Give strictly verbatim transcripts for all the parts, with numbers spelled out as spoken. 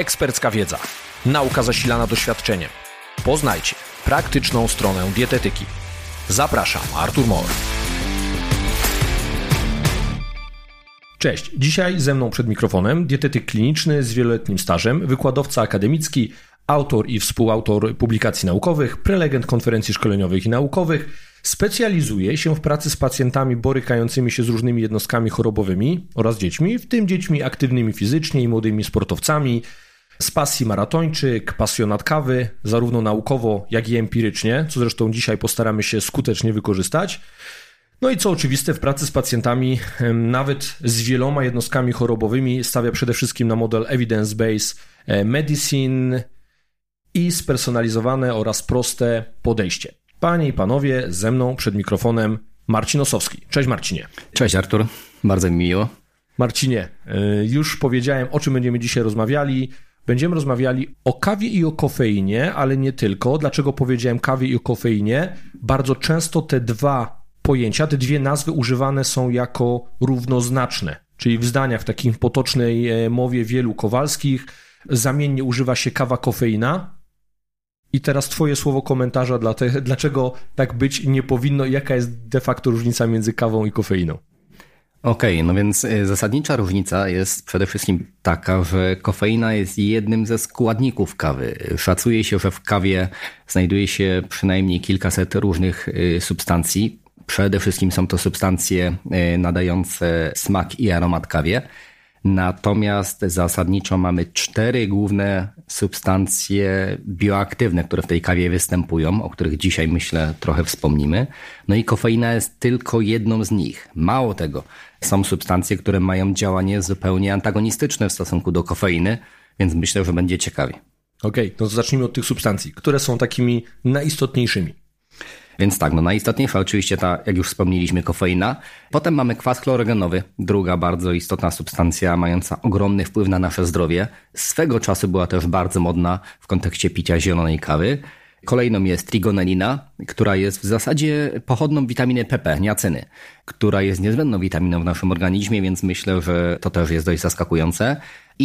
ekspercka wiedza, nauka zasilana doświadczeniem. Poznajcie praktyczną stronę dietetyki. Zapraszam, Artur Mor. Cześć, dzisiaj ze mną przed mikrofonem dietetyk kliniczny z wieloletnim stażem, wykładowca akademicki, autor i współautor publikacji naukowych, prelegent konferencji szkoleniowych i naukowych. Specjalizuje się w pracy z pacjentami borykającymi się z różnymi jednostkami chorobowymi oraz dziećmi, w tym dziećmi aktywnymi fizycznie i młodymi sportowcami. Z pasji maratończyk, pasjonat kawy, zarówno naukowo, jak i empirycznie, co zresztą dzisiaj postaramy się skutecznie wykorzystać. No i co oczywiste, w pracy z pacjentami, nawet z wieloma jednostkami chorobowymi, stawia przede wszystkim na model evidence-based medicine i spersonalizowane oraz proste podejście. Panie i panowie, ze mną przed mikrofonem Marcin Osowski. Cześć Marcinie. Cześć Artur, bardzo mi miło. Marcinie, już powiedziałem, o czym będziemy dzisiaj rozmawiali. Będziemy rozmawiali o kawie i o kofeinie, ale nie tylko. Dlaczego powiedziałem kawie i o kofeinie? Bardzo często te dwa pojęcia, te dwie nazwy używane są jako równoznaczne, czyli w zdaniach, w takiej potocznej mowie wielu Kowalskich zamiennie używa się kawa, kofeina. I teraz twoje słowo komentarza, dla te, dlaczego tak być nie powinno i jaka jest de facto różnica między kawą i kofeiną? Okej, okay, no więc zasadnicza różnica jest przede wszystkim taka, że kofeina jest jednym ze składników kawy. Szacuje się, że w kawie znajduje się przynajmniej kilkaset różnych substancji. Przede wszystkim są to substancje nadające smak i aromat kawie. Natomiast zasadniczo mamy cztery główne substancje bioaktywne, które w tej kawie występują, o których dzisiaj myślę trochę wspomnimy. No i kofeina jest tylko jedną z nich. Mało tego, są substancje, które mają działanie zupełnie antagonistyczne w stosunku do kofeiny, więc myślę, że będzie ciekawie. Okej, okay, to zacznijmy od tych substancji, które są takimi najistotniejszymi. Więc tak, no najistotniejsza oczywiście ta, jak już wspomnieliśmy, kofeina. Potem mamy kwas chlorogenowy, druga bardzo istotna substancja mająca ogromny wpływ na nasze zdrowie. Swego czasu była też bardzo modna w kontekście picia zielonej kawy. Kolejną jest trigonelina, która jest w zasadzie pochodną witaminy P P, niacyny, która jest niezbędną witaminą w naszym organizmie, więc myślę, że to też jest dość zaskakujące.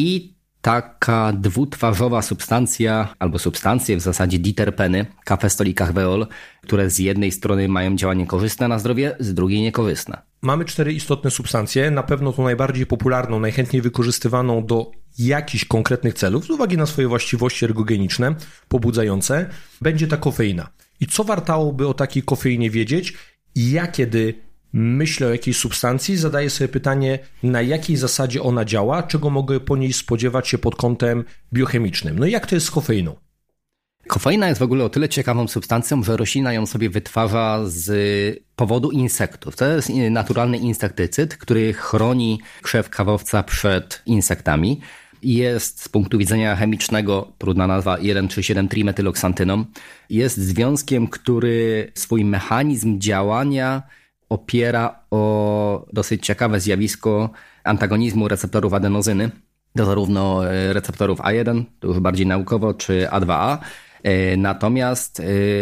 I taka dwutwarzowa substancja, albo substancje w zasadzie diterpeny, kafestol i kahweol, które z jednej strony mają działanie korzystne na zdrowie, z drugiej niekorzystne. Mamy cztery istotne substancje, na pewno tą najbardziej popularną, najchętniej wykorzystywaną do jakichś konkretnych celów, z uwagi na swoje właściwości ergogeniczne, pobudzające, będzie ta kofeina. I co wartałoby o takiej kofeinie wiedzieć? Ja kiedy myślę o jakiejś substancji, zadaję sobie pytanie, na jakiej zasadzie ona działa, czego mogę po niej spodziewać się pod kątem biochemicznym. No i jak to jest z kofeiną? Kofeina jest w ogóle o tyle ciekawą substancją, że roślina ją sobie wytwarza z powodu insektów. To jest naturalny insektycyd, który chroni krzew kawowca przed insektami. Jest z punktu widzenia chemicznego, trudna nazwa, jeden trzy siedem trimetyloksantyną. Jest związkiem, który swój mechanizm działania opiera o dosyć ciekawe zjawisko antagonizmu receptorów adenozyny, do zarówno receptorów A jeden, to już bardziej naukowo, czy A dwa A. Natomiast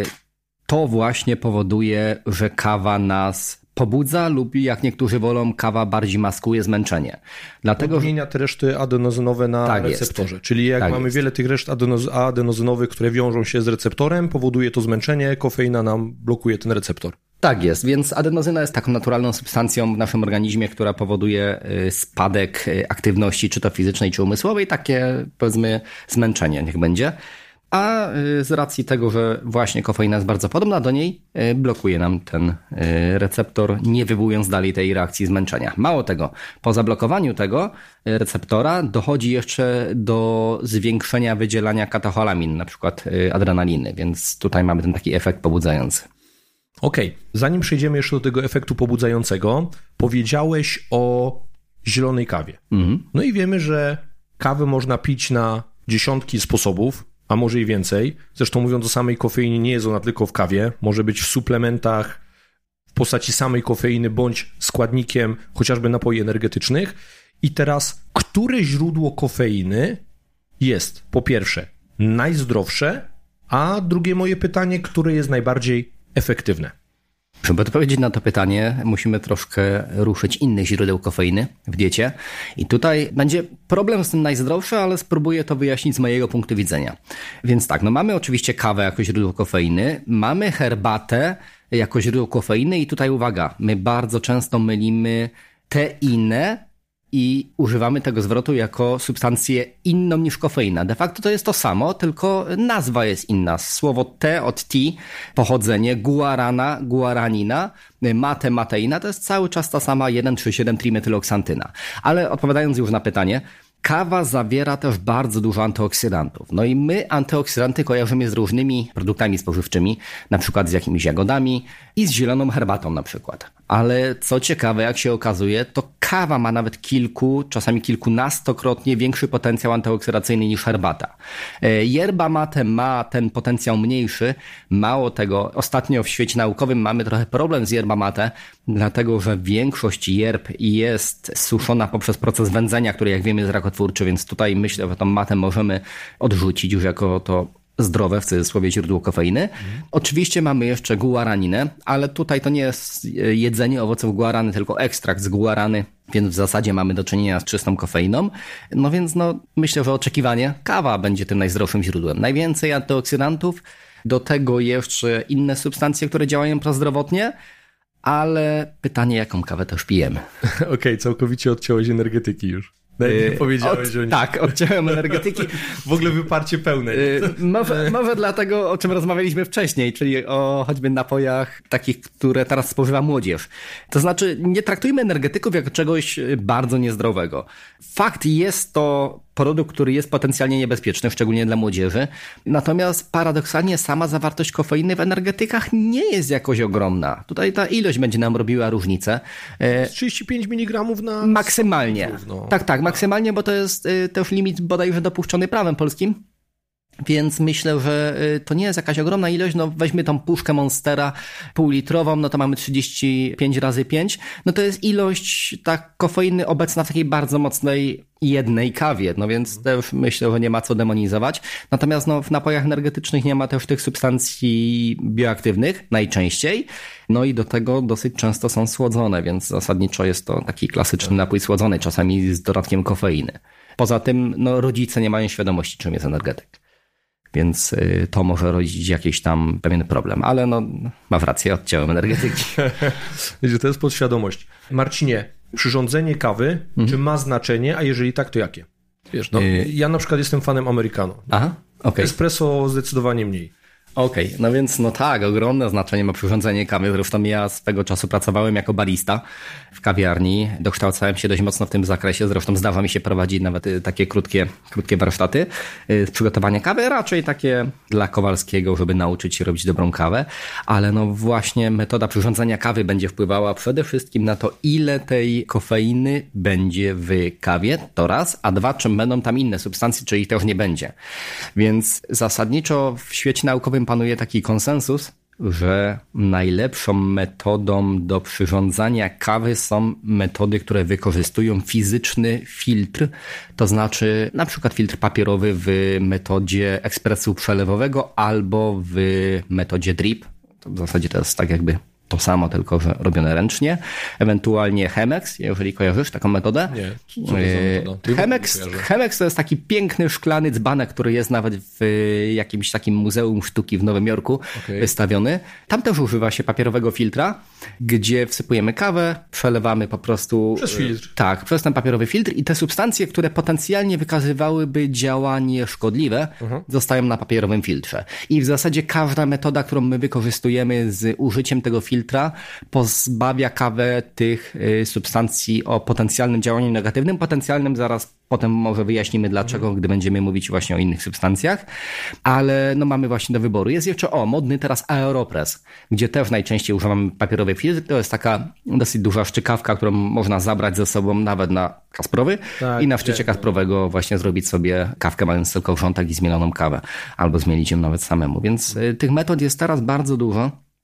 to właśnie powoduje, że kawa nas pobudza lub, jak niektórzy wolą, kawa bardziej maskuje zmęczenie. Dlatego odmienia te reszty adenozynowe na tak receptorze. Jest. Czyli jak tak mamy jest. wiele tych reszt adenozynowych, które wiążą się z receptorem, powoduje to zmęczenie, kofeina nam blokuje ten receptor. Tak jest, więc adenozyna jest taką naturalną substancją w naszym organizmie, która powoduje spadek aktywności, czy to fizycznej, czy umysłowej, takie powiedzmy zmęczenie niech będzie. A z racji tego, że właśnie kofeina jest bardzo podobna do niej, blokuje nam ten receptor, nie wywołując dalej tej reakcji zmęczenia. Mało tego, po zablokowaniu tego receptora dochodzi jeszcze do zwiększenia wydzielania katecholamin, na przykład adrenaliny, więc tutaj mamy ten taki efekt pobudzający. Okej, okay. Zanim przejdziemy jeszcze do tego efektu pobudzającego, powiedziałeś o zielonej kawie. Mhm. No i wiemy, że kawę można pić na dziesiątki sposobów, a może i więcej. Zresztą mówiąc o samej kofeinie, nie jest ona tylko w kawie. Może być w suplementach w postaci samej kofeiny bądź składnikiem chociażby napoi energetycznych. I teraz, które źródło kofeiny jest po pierwsze najzdrowsze, a drugie moje pytanie, które jest najbardziej efektywne? Żeby odpowiedzieć na to pytanie, musimy troszkę ruszyć innych źródeł kofeiny w diecie. I tutaj będzie problem z tym najzdrowszy, ale spróbuję to wyjaśnić z mojego punktu widzenia. Więc tak, no mamy oczywiście kawę jako źródło kofeiny, mamy herbatę jako źródło kofeiny i tutaj uwaga, my bardzo często mylimy teinę i używamy tego zwrotu jako substancję inną niż kofeina. De facto to jest to samo, tylko nazwa jest inna. Słowo te od ti, pochodzenie, guarana, guaranina, mate, mateina, to jest cały czas ta sama jeden trzy siedem trimetyloksantyna. Ale odpowiadając już na pytanie, kawa zawiera też bardzo dużo antyoksydantów. No i my antyoksydanty kojarzymy z różnymi produktami spożywczymi, na przykład z jakimiś jagodami i z zieloną herbatą na przykład. Ale co ciekawe, jak się okazuje, to kawa ma nawet kilku, czasami kilkunastokrotnie większy potencjał antyoksydacyjny niż herbata. Yerba mate ma ten potencjał mniejszy. Mało tego, ostatnio w świecie naukowym mamy trochę problem z yerba mate, dlatego że większość yerb jest suszona poprzez proces wędzenia, który jak wiemy jest rakotwórczy, więc tutaj myślę, że tą matę możemy odrzucić już jako to zdrowe, w cudzysłowie, źródło kofeiny. Mhm. Oczywiście mamy jeszcze guaraninę, ale tutaj to nie jest jedzenie owoców guarany, tylko ekstrakt z guarany, więc w zasadzie mamy do czynienia z czystą kofeiną. No więc no, myślę, że oczekiwanie, kawa będzie tym najzdrowszym źródłem. Najwięcej antyoksydantów, do tego jeszcze inne substancje, które działają prozdrowotnie, ale pytanie, jaką kawę też pijemy. Okej, okay, całkowicie odciąłeś energetyki już. No, nie powiedziałeś Od, o nim. Tak, odciąłem energetyki. W ogóle wyparcie pełne. Może, może dlatego, o czym rozmawialiśmy wcześniej, czyli o choćby napojach takich, które teraz spożywa młodzież. To znaczy, nie traktujmy energetyków jako czegoś bardzo niezdrowego. Fakt, jest to produkt, który jest potencjalnie niebezpieczny, szczególnie dla młodzieży. Natomiast paradoksalnie sama zawartość kofeiny w energetykach nie jest jakoś ogromna. Tutaj ta ilość będzie nam robiła różnicę. trzydzieści pięć miligramów na... Maksymalnie. No. Tak, tak, maksymalnie, bo to jest też limit bodajże dopuszczony prawem polskim. Więc myślę, że to nie jest jakaś ogromna ilość. No weźmy tą puszkę Monstera półlitrową, no to mamy trzydzieści pięć razy pięć. No to jest ilość tak kofeiny obecna w takiej bardzo mocnej jednej kawie. No więc też myślę, że nie ma co demonizować. Natomiast no w napojach energetycznych nie ma też tych substancji bioaktywnych najczęściej. No i do tego dosyć często są słodzone, więc zasadniczo jest to taki klasyczny napój słodzony, czasami z dodatkiem kofeiny. Poza tym no rodzice nie mają świadomości, czym jest energetyk. Więc to może rodzić jakiś tam pewien problem. Ale no, masz rację, odciąłem energetyki. To jest podświadomość. Marcinie, przyrządzenie kawy, mhm. czy ma znaczenie, a jeżeli tak, to jakie? Wiesz, no, y... ja na przykład jestem fanem americano. Aha, okay. Espresso zdecydowanie mniej. Okej, okay, no więc no tak, ogromne znaczenie ma przyrządzenie kawy. Zresztą ja swego czasu pracowałem jako barista w kawiarni. Dokształcałem się dość mocno w tym zakresie. Zresztą zdarza mi się prowadzić nawet takie krótkie, krótkie warsztaty z przygotowania kawy. Raczej takie dla Kowalskiego, żeby nauczyć się robić dobrą kawę. Ale no właśnie metoda przyrządzania kawy będzie wpływała przede wszystkim na to, ile tej kofeiny będzie w kawie. To raz. A dwa, czym będą tam inne substancje, czy ich też nie będzie. Więc zasadniczo w świecie naukowym panuje taki konsensus, że najlepszą metodą do przyrządzania kawy są metody, które wykorzystują fizyczny filtr, to znaczy na przykład filtr papierowy w metodzie ekspresu przelewowego albo w metodzie drip. To w zasadzie to jest tak jakby to samo, tylko że robione ręcznie. Ewentualnie Chemex, jeżeli kojarzysz taką metodę. Nie, co to za metoda? Chemex, Chemex to jest taki piękny szklany dzbanek, który jest nawet w jakimś takim Muzeum Sztuki w Nowym Jorku okay. wystawiony. Tam też używa się papierowego filtra, gdzie wsypujemy kawę, przelewamy po prostu... Przez filtr. Tak, przez ten papierowy filtr i te substancje, które potencjalnie wykazywałyby działanie szkodliwe, uh-huh. zostają na papierowym filtrze. I w zasadzie każda metoda, którą my wykorzystujemy z użyciem tego filtra, filtra pozbawia kawę tych substancji o potencjalnym działaniu negatywnym. Potencjalnym zaraz potem może wyjaśnimy dlaczego, gdy będziemy mówić właśnie o innych substancjach. Ale no mamy właśnie do wyboru. Jest jeszcze, o, modny teraz Aeropress, gdzie też najczęściej używamy papierowy filtr. To jest taka dosyć duża szczykawka, którą można zabrać ze sobą nawet na Kasprowy tak, i na szczycie tak, Kasprowego właśnie zrobić sobie kawkę mając tylko wrzątek i zmieloną kawę. Albo zmielić ją nawet samemu. Więc y, tych metod jest teraz bardzo dużo.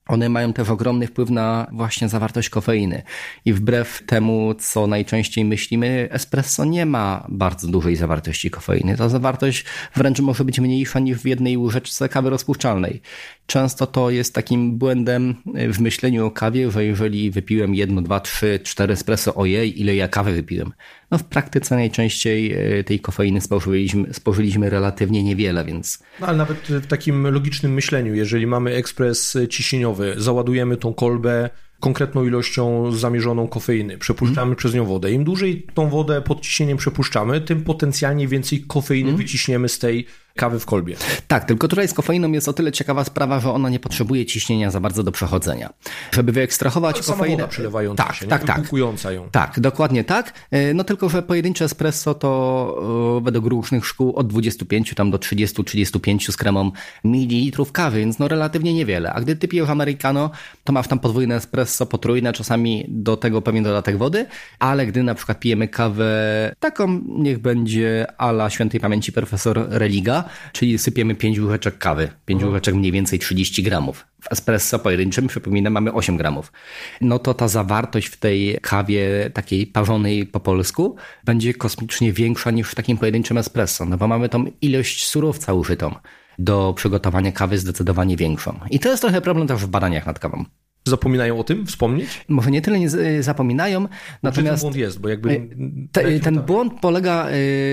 one mają też ogromny wpływ na właśnie zawartość kofeiny. I wbrew temu, co najczęściej myślimy, espresso nie ma bardzo dużej zawartości kofeiny. Ta zawartość wręcz może być mniejsza niż w jednej łyżeczce kawy rozpuszczalnej. Często to jest takim błędem w myśleniu o kawie, że jeżeli wypiłem jedno, dwa, trzy, cztery espresso, ojej, ile ja kawy wypiłem. No w praktyce najczęściej tej kofeiny spożyliśmy, spożyliśmy relatywnie niewiele, więc... No, ale nawet w takim logicznym myśleniu, jeżeli mamy ekspres ciśnieniowy, załadujemy tą kolbę konkretną ilością zamierzoną kofeiny, przepuszczamy mm. przez nią wodę. Im dłużej tą wodę pod ciśnieniem przepuszczamy, tym potencjalnie więcej kofeiny mm. wyciśniemy z tej kawy w kolbie. Tak, tylko tutaj z kofeiną jest o tyle ciekawa sprawa, że ona nie potrzebuje ciśnienia za bardzo do przechodzenia. Żeby wyekstrahować ale kofeinę... Sama woda przelewająca tak, się, tak, tak. wypłukująca ją. Tak, dokładnie tak. No tylko, że pojedyncze espresso to według różnych szkół od dwudziestu pięciu tam do trzydziestu trzydziestu pięciu z kremą mililitrów kawy, więc no relatywnie niewiele. A gdy ty pijesz americano, to masz tam podwójne espresso, potrójne, czasami do tego pewien dodatek wody, ale gdy na przykład pijemy kawę taką, niech będzie a la świętej pamięci profesor Religa, czyli sypiemy pięć łyżeczek kawy, pięć łyżeczek mniej więcej trzydzieści gramów. W espresso pojedynczym, przypominam, mamy osiem gramów. No to ta zawartość w tej kawie takiej parzonej po polsku będzie kosmicznie większa niż w takim pojedynczym espresso, no bo mamy tą ilość surowca użytą do przygotowania kawy zdecydowanie większą. I to jest trochę problem też w badaniach nad kawą. Zapominają o tym wspomnieć? Może nie tyle nie zapominają, natomiast... ten błąd jest, bo jakby... Te, ten błąd polega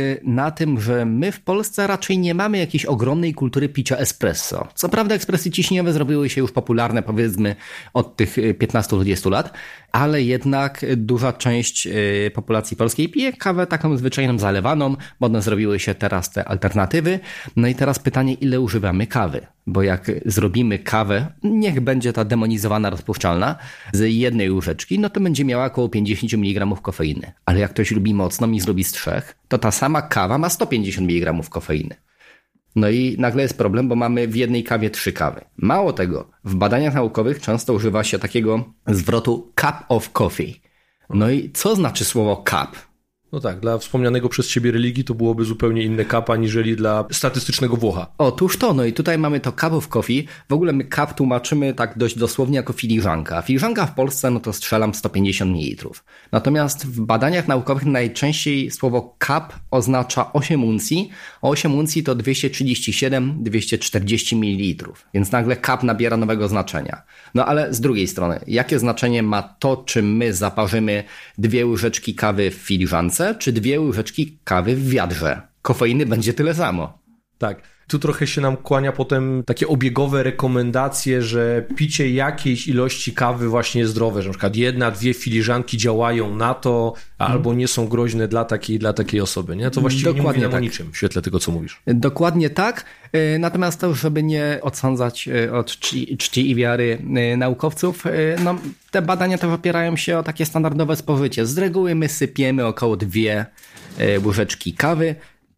na tym, że my w Polsce raczej nie mamy jakiejś ogromnej kultury picia espresso. Co prawda ekspresy ciśnieniowe zrobiły się już popularne, powiedzmy, od tych piętnastu do dwudziestu lat, ale jednak duża część populacji polskiej pije kawę taką zwyczajną zalewaną, bo one zrobiły się teraz te alternatywy. No i teraz pytanie, ile używamy kawy? Bo jak zrobimy kawę, niech będzie ta demonizowana rozpuszczalna, z jednej łyżeczki, no to będzie miała około pięćdziesiąt miligramów kofeiny. Ale jak ktoś lubi mocno i zrobi z trzech, to ta sama kawa ma sto pięćdziesiąt miligramów kofeiny. No i nagle jest problem, bo mamy w jednej kawie trzy kawy. Mało tego, w badaniach naukowych często używa się takiego zwrotu cup of coffee. No i co znaczy słowo cup? No tak, dla wspomnianego przez ciebie religii to byłoby zupełnie inne cup, aniżeli dla statystycznego Włocha. Otóż to, no i tutaj mamy to cup of coffee. W ogóle my cup tłumaczymy tak dość dosłownie jako filiżanka. Filiżanka w Polsce, no to strzelam sto pięćdziesiąt mililitrów. Natomiast w badaniach naukowych najczęściej słowo cup oznacza osiem uncji. osiem uncji to dwieście trzydzieści siedem do dwieście czterdziestu mililitrów. Więc nagle cup nabiera nowego znaczenia. No ale z drugiej strony, jakie znaczenie ma to, czy my zaparzymy dwie łyżeczki kawy w filiżance, czy dwie łyżeczki kawy w wiadrze? Kofeiny będzie tyle samo. Tak. Tu trochę się nam kłania potem takie obiegowe rekomendacje, że picie jakiejś ilości kawy właśnie jest zdrowe, że na przykład jedna, dwie filiżanki działają na to, hmm. albo nie są groźne dla takiej, dla takiej osoby. Nie? To właściwie Dokładnie nie mówi nam tak. o niczym w świetle tego, co mówisz. Dokładnie tak. Natomiast to, żeby nie odsądzać od czci, czci i wiary naukowców, no, te badania to opierają się o takie standardowe spożycie. Z reguły my sypiemy około dwie łyżeczki kawy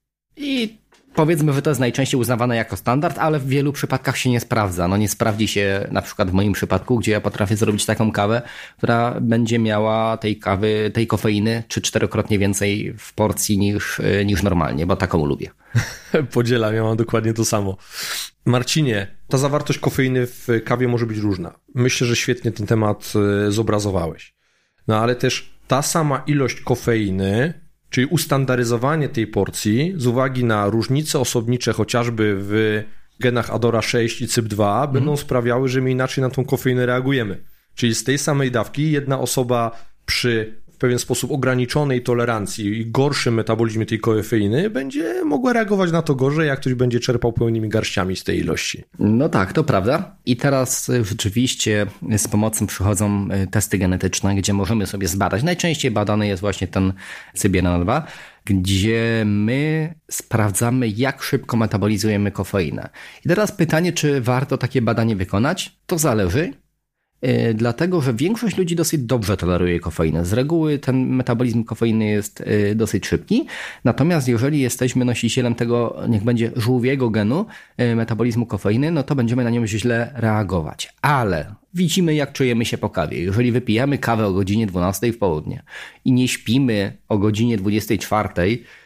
i powiedzmy, że to jest najczęściej uznawane jako standard, ale w wielu przypadkach się nie sprawdza. No nie sprawdzi się na przykład w moim przypadku, gdzie ja potrafię zrobić taką kawę, która będzie miała tej kawy, tej kofeiny trzy czterokrotnie więcej w porcji niż, niż normalnie, bo taką lubię. Podzielam, ja mam dokładnie to samo. Marcinie, ta zawartość kofeiny w kawie może być różna. Myślę, że świetnie ten temat zobrazowałeś. No ale też ta sama ilość kofeiny, czyli ustandaryzowanie tej porcji z uwagi na różnice osobnicze chociażby w genach Adora sześć i C Y P dwa mm. będą sprawiały, że my inaczej na tą kofeinę reagujemy. Czyli z tej samej dawki jedna osoba przy w pewien sposób ograniczonej tolerancji i gorszym metabolizmie tej kofeiny będzie mogła reagować na to gorzej, jak ktoś będzie czerpał pełnymi garściami z tej ilości. No tak, to prawda. I teraz rzeczywiście z pomocą przychodzą testy genetyczne, gdzie możemy sobie zbadać. Najczęściej badany jest właśnie ten C Y B jeden dwa, gdzie my sprawdzamy, jak szybko metabolizujemy kofeinę. I teraz pytanie, czy warto takie badanie wykonać? To zależy. Dlatego, że większość ludzi dosyć dobrze toleruje kofeinę. Z reguły ten metabolizm kofeiny jest dosyć szybki, natomiast jeżeli jesteśmy nosicielem tego, niech będzie żółwiego genu metabolizmu kofeiny, no to będziemy na nią źle reagować. Ale widzimy, jak czujemy się po kawie. Jeżeli wypijamy kawę o godzinie dwunastej w południe i nie śpimy o godzinie dwudziestej czwartej,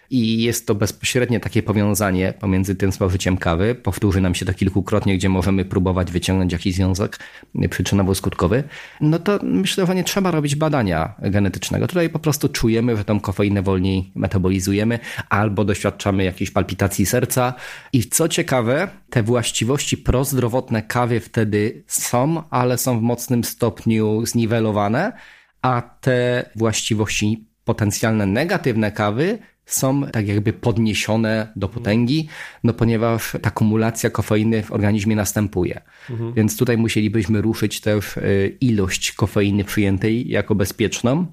i jest to bezpośrednie takie powiązanie pomiędzy tym spożyciem kawy. Powtórzy nam się to kilkukrotnie, gdzie możemy próbować wyciągnąć jakiś związek przyczynowo-skutkowy. No to myślę, że nie trzeba robić badania genetycznego. Tutaj po prostu czujemy, że tą kofeinę wolniej metabolizujemy albo doświadczamy jakiejś palpitacji serca. I co ciekawe, te właściwości prozdrowotne kawy wtedy są, ale są w mocnym stopniu zniwelowane, a te właściwości potencjalne negatywne kawy są tak jakby podniesione do potęgi, no ponieważ ta kumulacja kofeiny w organizmie następuje. Mhm. Więc tutaj musielibyśmy ruszyć też ilość kofeiny przyjętej jako bezpieczną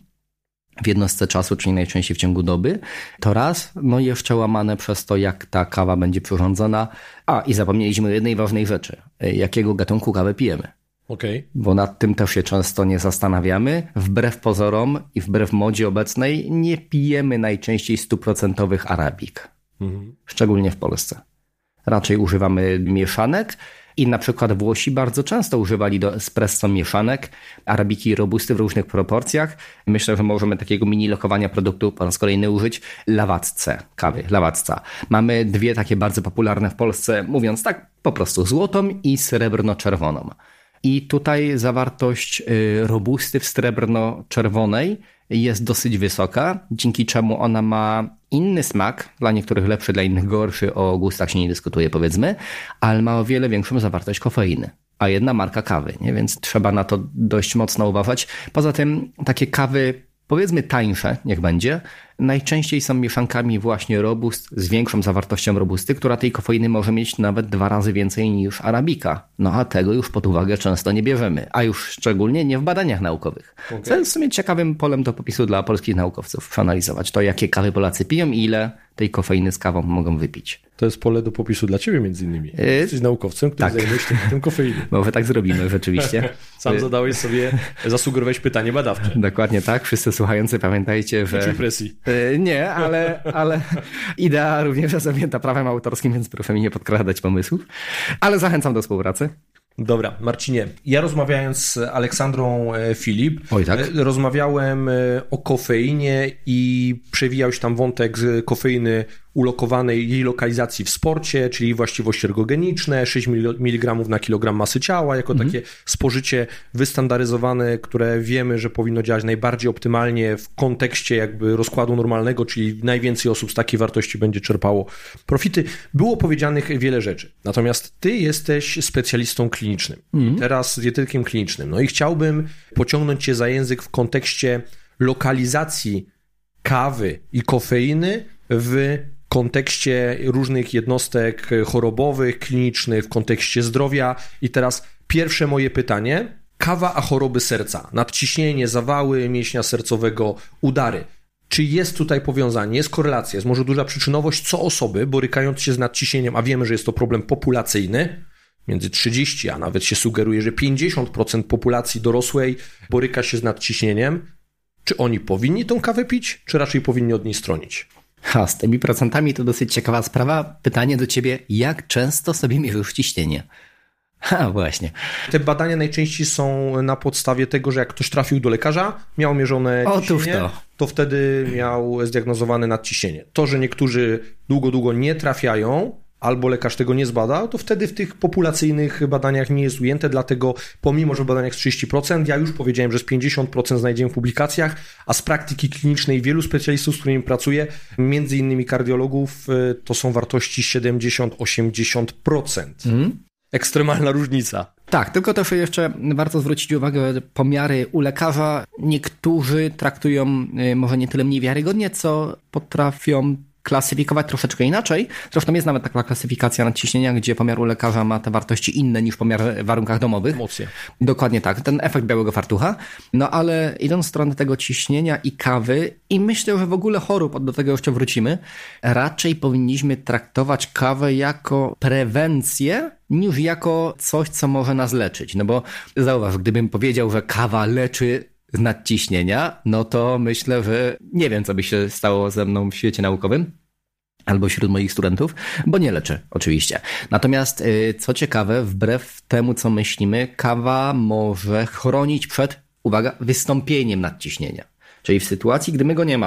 w jednostce czasu, czyli najczęściej w ciągu doby. To raz, no i jeszcze łamane przez to, jak ta kawa będzie przyrządzona. A, i zapomnieliśmy o jednej ważnej rzeczy. Jakiego gatunku kawę pijemy? Okay. Bo nad tym też się często nie zastanawiamy. Wbrew pozorom i wbrew modzie obecnej nie pijemy najczęściej stuprocentowych arabik. Mhm. Szczególnie w Polsce. Raczej używamy mieszanek i na przykład Włosi bardzo często używali do espresso mieszanek, arabiki i robusty w różnych proporcjach. Myślę, że możemy takiego mini lokowania produktu po raz kolejny użyć. Lawatce kawy, lawatca. Mamy dwie takie bardzo popularne w Polsce, mówiąc tak po prostu złotą i srebrno-czerwoną. I tutaj zawartość robusty w srebrno-czerwonej jest dosyć wysoka, dzięki czemu ona ma inny smak, dla niektórych lepszy, dla innych gorszy, o gustach się nie dyskutuje powiedzmy, ale ma o wiele większą zawartość kofeiny. A jedna marka kawy, nie? Więc trzeba na to dość mocno uważać. Poza tym takie kawy powiedzmy tańsze, niech będzie, najczęściej są mieszankami właśnie robust z większą zawartością robusty, która tej kofeiny może mieć nawet dwa razy więcej niż arabika. No a tego już pod uwagę często nie bierzemy, a już szczególnie nie w badaniach naukowych. Okay. Co jest w sumie ciekawym polem do popisu dla polskich naukowców, przeanalizować to, jakie kawy Polacy piją i ile tej kofeiny z kawą mogą wypić. To jest pole do popisu dla ciebie między innymi. Yy, Jesteś naukowcem, który tak. zajmuje się tematem kofeiny. Może tak zrobimy rzeczywiście. Sam zadałeś sobie, zasugerowałeś pytanie badawcze. Dokładnie tak. Wszyscy słuchający pamiętajcie, że... Nie presji. Yy, nie, ale, ale idea również jest objęta prawem autorskim, więc proszę mi nie podkradać pomysłów. Ale zachęcam do współpracy. Dobra, Marcinie, ja rozmawiając z Aleksandrą Filip, Oj, tak? rozmawiałem o kofeinie i przewijał się tam wątek z kofeiny ulokowanej, jej lokalizacji w sporcie, czyli właściwości ergogeniczne, sześć miligramów na kilogram masy ciała, jako mhm. takie spożycie wystandaryzowane, które wiemy, że powinno działać najbardziej optymalnie w kontekście jakby rozkładu normalnego, czyli najwięcej osób z takiej wartości będzie czerpało profity. Było powiedzianych wiele rzeczy. Natomiast ty jesteś specjalistą klinicznym. Mhm. Teraz dietetykiem klinicznym. No i chciałbym pociągnąć cię za język w kontekście lokalizacji kawy i kofeiny w kontekście różnych jednostek chorobowych, klinicznych, w kontekście zdrowia. I teraz pierwsze moje pytanie. Kawa a choroby serca, nadciśnienie, zawały mięśnia sercowego, udary. Czy jest tutaj powiązanie, jest korelacja, jest może duża przyczynowość, co osoby borykając się z nadciśnieniem, a wiemy, że jest to problem populacyjny, między trzydzieści, a nawet się sugeruje, że pięćdziesiąt procent populacji dorosłej boryka się z nadciśnieniem. Czy oni powinni tą kawę pić, czy raczej powinni od niej stronić? Ha, z tymi procentami to dosyć ciekawa sprawa. Pytanie do ciebie, jak często sobie mierzysz ciśnienie? Ha, właśnie. Te badania najczęściej są na podstawie tego, że jak ktoś trafił do lekarza, miał mierzone ciśnienie, to. to wtedy miał zdiagnozowane nadciśnienie. To, że niektórzy długo, długo nie trafiają, albo lekarz tego nie zbada, to wtedy w tych populacyjnych badaniach nie jest ujęte, dlatego pomimo, że w badaniach trzydzieści procent, ja już powiedziałem, że z pięćdziesiąt procent znajdziemy w publikacjach, a z praktyki klinicznej wielu specjalistów, z którymi pracuję, między innymi kardiologów, to są wartości siedemdziesiąt do osiemdziesięciu procent. Mm. Ekstremalna różnica. Tak, tylko też jeszcze warto zwrócić uwagę, że pomiary u lekarza niektórzy traktują może nie tyle mniej wiarygodnie, co potrafią klasyfikować troszeczkę inaczej. Zresztą jest nawet taka klasyfikacja nadciśnienia, gdzie pomiar u lekarza ma te wartości inne niż pomiar w warunkach domowych. Emocje. Dokładnie tak, ten efekt białego fartucha. No ale idąc w stronę tego ciśnienia i kawy i myślę, że w ogóle chorób, do tego jeszcze wrócimy, raczej powinniśmy traktować kawę jako prewencję niż jako coś, co może nas leczyć. No bo zauważ, gdybym powiedział, że kawa leczy z nadciśnienia, no to myślę, że nie wiem, co by się stało ze mną w świecie naukowym albo wśród moich studentów, bo nie leczy, oczywiście. Natomiast, co ciekawe, wbrew temu, co myślimy, kawa może chronić przed, uwaga, wystąpieniem nadciśnienia. Czyli w sytuacji, gdy my go nie mamy,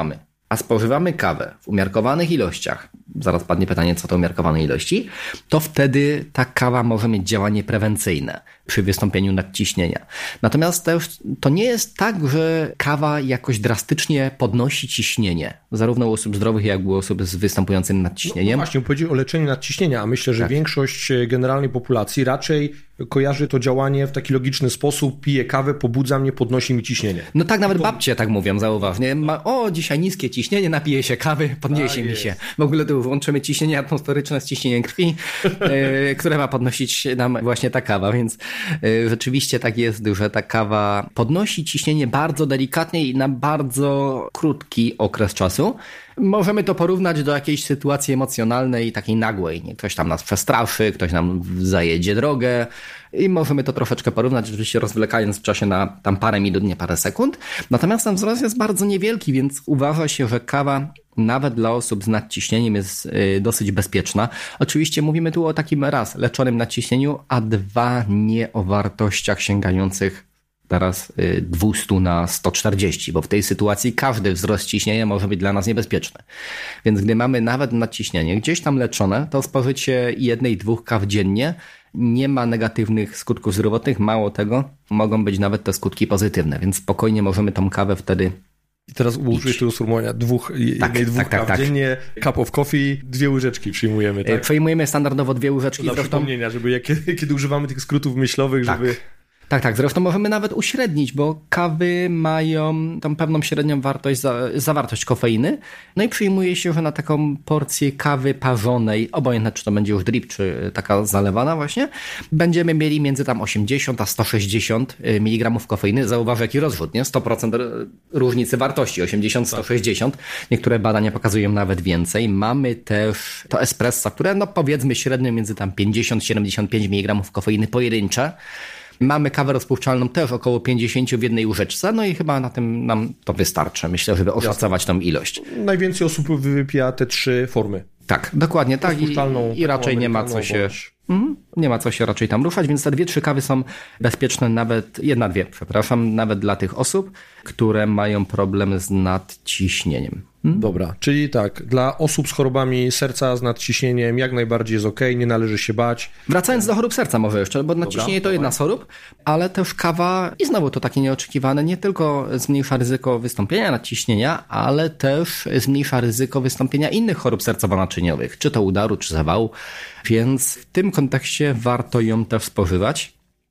a spożywamy kawę w umiarkowanych ilościach, zaraz padnie pytanie, co to umiarkowane ilości, to wtedy ta kawa może mieć działanie prewencyjne przy wystąpieniu nadciśnienia. Natomiast też to nie jest tak, że kawa jakoś drastycznie podnosi ciśnienie, zarówno u osób zdrowych, jak i u osób z występującym nadciśnieniem. No właśnie, powiedział o leczeniu nadciśnienia, a myślę, że tak. Większość generalnej populacji raczej kojarzy to działanie w taki logiczny sposób, pije kawę, pobudza mnie, podnosi mi ciśnienie. No tak, nawet babcie tak mówią, zauważ, nie? Ma, o, dzisiaj niskie ciśnienie, napiję się kawy, podniesie mi się. W ogóle tu włączymy ciśnienie atmosferyczne z ciśnieniem krwi, yy, które ma podnosić nam właśnie ta kawa, więc yy, rzeczywiście tak jest, że ta kawa podnosi ciśnienie bardzo delikatnie i na bardzo krótki okres czasu. Możemy to porównać do jakiejś sytuacji emocjonalnej, takiej nagłej. Ktoś tam nas przestraszy, ktoś nam zajedzie drogę i możemy to troszeczkę porównać, oczywiście rozwlekając w czasie na tam parę minut, nie parę sekund. Natomiast ten wzrost jest bardzo niewielki, więc uważa się, że kawa nawet dla osób z nadciśnieniem jest dosyć bezpieczna. Oczywiście mówimy tu o takim raz leczonym nadciśnieniu, a dwa nie o wartościach sięgających teraz dwieście na sto czterdzieści, bo w tej sytuacji każdy wzrost ciśnienia może być dla nas niebezpieczny. Więc gdy mamy nawet nadciśnienie gdzieś tam leczone, to spożycie jednej, dwóch kaw dziennie nie ma negatywnych skutków zdrowotnych. Mało tego, mogą być nawet te skutki pozytywne, więc spokojnie możemy tą kawę wtedy I teraz użyjesz tego sformułowania dwóch, jednej, tak, dwóch tak, kaw tak, dziennie, cup of coffee, dwie łyżeczki przyjmujemy, tak? Przyjmujemy standardowo dwie łyżeczki. To dla zresztą... przypomnienia, żeby jak, kiedy używamy tych skrótów myślowych, tak. żeby... Tak, tak. Zresztą możemy nawet uśrednić, bo kawy mają tą pewną średnią wartość, za, zawartość kofeiny. No i przyjmuje się, że na taką porcję kawy parzonej, obojętne czy to będzie już drip, czy taka zalewana właśnie, będziemy mieli między tam osiemdziesiąt a sto sześćdziesiąt miligramów kofeiny. Zauważ jaki rozrzut, nie? sto procent różnicy wartości, osiemdziesiąt do stu sześćdziesięciu. Niektóre badania pokazują nawet więcej. Mamy też to espresso, które no powiedzmy średnio między tam pięćdziesiąt do siedemdziesięciu pięciu miligramów kofeiny pojedyncze. Mamy kawę rozpuszczalną też około pięćdziesiąt w jednej łyżeczce, no i chyba na tym nam to wystarczy, myślę, żeby oszacować tą ilość. Najwięcej osób wypija te trzy formy. Tak, dokładnie tak i, i raczej nie ma co się... Mm, nie ma co się raczej tam ruszać, więc te dwie, trzy kawy są bezpieczne nawet, jedna, dwie, przepraszam, nawet dla tych osób, które mają problem z nadciśnieniem. Hmm? Dobra, czyli tak, dla osób z chorobami serca, z nadciśnieniem jak najbardziej jest okej, okay, nie należy się bać. Wracając do chorób serca może jeszcze, bo nadciśnienie Dobra, to jedna z chorób, ale też kawa, i znowu to takie nieoczekiwane, nie tylko zmniejsza ryzyko wystąpienia nadciśnienia, ale też zmniejsza ryzyko wystąpienia innych chorób sercowo-naczyniowych, czy to udaru, czy zawału, więc w tym kontekście warto ją też spożywać.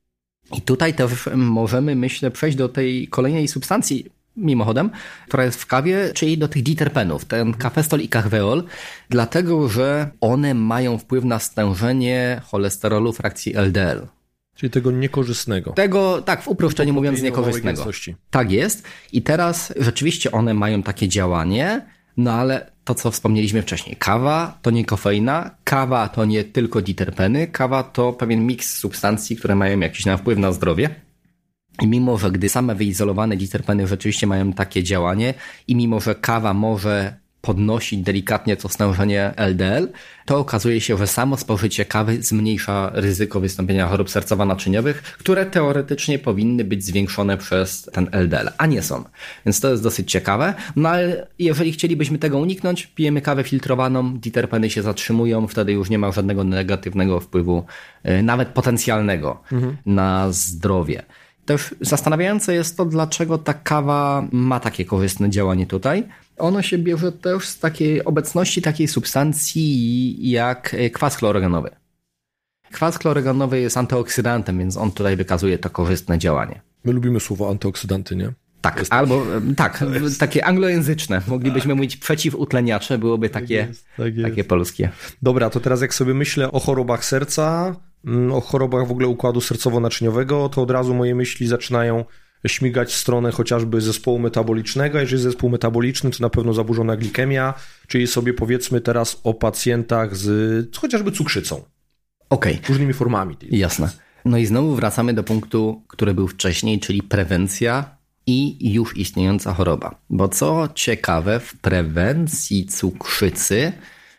I tutaj też możemy, myślę, przejść do tej kolejnej substancji, mimochodem, która jest w kawie, czyli do tych diterpenów, ten kafestol i kahweol, dlatego, że one mają wpływ na stężenie cholesterolu frakcji L D L. Czyli tego niekorzystnego. Tego, tak, w uproszczeniu mówiąc, niekorzystnego. Tak jest. I teraz rzeczywiście one mają takie działanie, no ale to, co wspomnieliśmy wcześniej. Kawa to nie kofeina, kawa to nie tylko diterpeny, kawa to pewien miks substancji, które mają jakiś na wpływ na zdrowie. I mimo, że gdy same wyizolowane diterpeny rzeczywiście mają takie działanie i mimo, że kawa może podnosić delikatnie to stężenie L D L, to okazuje się, że samo spożycie kawy zmniejsza ryzyko wystąpienia chorób sercowo-naczyniowych, które teoretycznie powinny być zwiększone przez ten L D L, a nie są. Więc to jest dosyć ciekawe. No ale jeżeli chcielibyśmy tego uniknąć, pijemy kawę filtrowaną, diterpeny się zatrzymują, wtedy już nie ma żadnego negatywnego wpływu, nawet potencjalnego, mhm. na zdrowie. Też zastanawiające jest to, dlaczego ta kawa ma takie korzystne działanie tutaj. Ono się bierze też z takiej obecności takiej substancji jak kwas chlorogenowy. Kwas chlorogenowy jest antyoksydantem, więc on tutaj wykazuje to korzystne działanie. My lubimy słowo antyoksydanty, nie? Tak, jest, albo tak, jest. Takie anglojęzyczne. Moglibyśmy tak. mówić przeciwutleniacze, byłoby takie, tak jest, tak jest. takie polskie. Dobra, to teraz jak sobie myślę o chorobach serca, o chorobach w ogóle układu sercowo-naczyniowego, to od razu moje myśli zaczynają śmigać w stronę chociażby zespołu metabolicznego. Jeżeli zespół metaboliczny, to na pewno zaburzona glikemia, czyli sobie powiedzmy teraz o pacjentach z chociażby cukrzycą. Okej. Okay. Różnymi formami. Jasne. No i znowu wracamy do punktu, który był wcześniej, czyli prewencja i już istniejąca choroba. Bo co ciekawe, w prewencji cukrzycy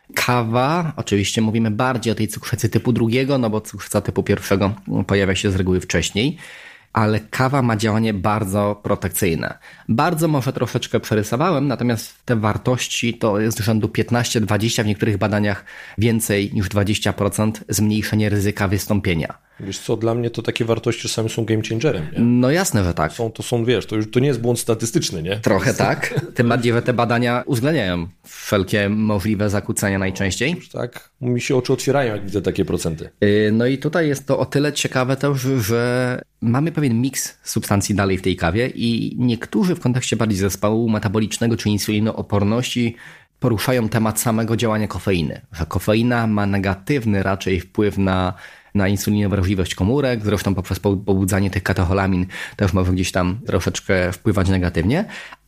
kawa, oczywiście mówimy bardziej o tej cukrzycy typu drugiego, no bo cukrzyca typu pierwszego pojawia się z reguły wcześniej. ale kawa ma działanie bardzo protekcyjne. Bardzo może troszeczkę przerysowałem, natomiast te wartości to jest rzędu piętnaście dwadzieścia, w niektórych badaniach więcej niż dwadzieścia procent zmniejszenie ryzyka wystąpienia. Wiesz co, dla mnie to takie wartości czasami są game changerem, nie? No jasne, że tak. Są, to są, wiesz, to już to nie jest błąd statystyczny, nie? Trochę tak. Tym bardziej, że te badania uwzględniają wszelkie możliwe zakłócenia najczęściej. Już tak, mi się oczy otwierają, jak widzę takie procenty. No i tutaj jest to o tyle ciekawe też, że mamy pewien miks substancji dalej w tej kawie i niektórzy w kontekście bardziej zespołu metabolicznego czy insulinooporności poruszają temat samego działania kofeiny. Że kofeina ma negatywny raczej wpływ na na insulinowrażliwość komórek, zresztą poprzez pobudzanie tych katecholamin też może gdzieś tam troszeczkę wpływać negatywnie,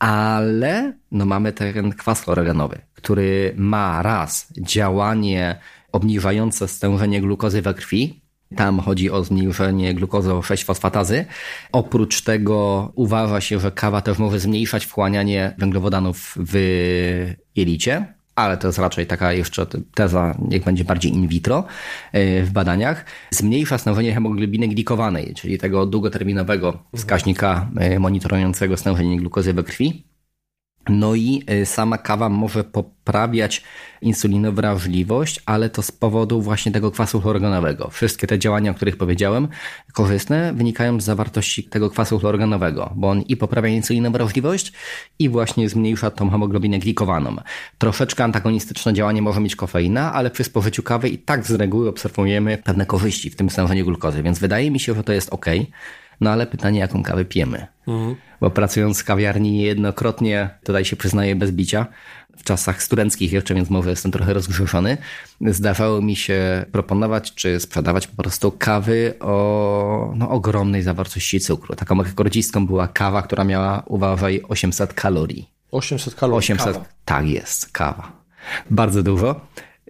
ale no mamy ten kwas chlorogenowy, który ma raz działanie obniżające stężenie glukozy we krwi. Tam chodzi o zmniejszenie glukozy o sześć fosfatazy. Oprócz tego uważa się, że kawa też może zmniejszać wchłanianie węglowodanów w jelicie, ale to jest raczej taka jeszcze teza, niech będzie bardziej in vitro w badaniach. Zmniejsza stężenie hemoglobiny glikowanej, czyli tego długoterminowego wskaźnika monitorującego stężenie glukozy we krwi. No i sama kawa może poprawiać insulinowrażliwość, ale to z powodu właśnie tego kwasu chlorogenowego. Wszystkie te działania, o których powiedziałem, korzystne, wynikają z zawartości tego kwasu chlorogenowego, bo on i poprawia insulinowrażliwość i właśnie zmniejsza tą hemoglobinę glikowaną. Troszeczkę antagonistyczne działanie może mieć kofeina, ale przy spożyciu kawy i tak z reguły obserwujemy pewne korzyści w tym stężeniu glukozy, więc wydaje mi się, że to jest ok. No ale pytanie, jaką kawę pijemy? Mhm. Bo pracując w kawiarni niejednokrotnie, tutaj się przyznaję bez bicia, w czasach studenckich jeszcze, więc może jestem trochę rozgrzeszony, zdarzało mi się proponować czy sprzedawać po prostu kawy o no, ogromnej zawartości cukru. Taką rekordzistką była kawa, która miała, uważaj, osiemset kalorii. osiemset kalorii? osiemset, kawa. Tak jest, kawa. Bardzo dużo.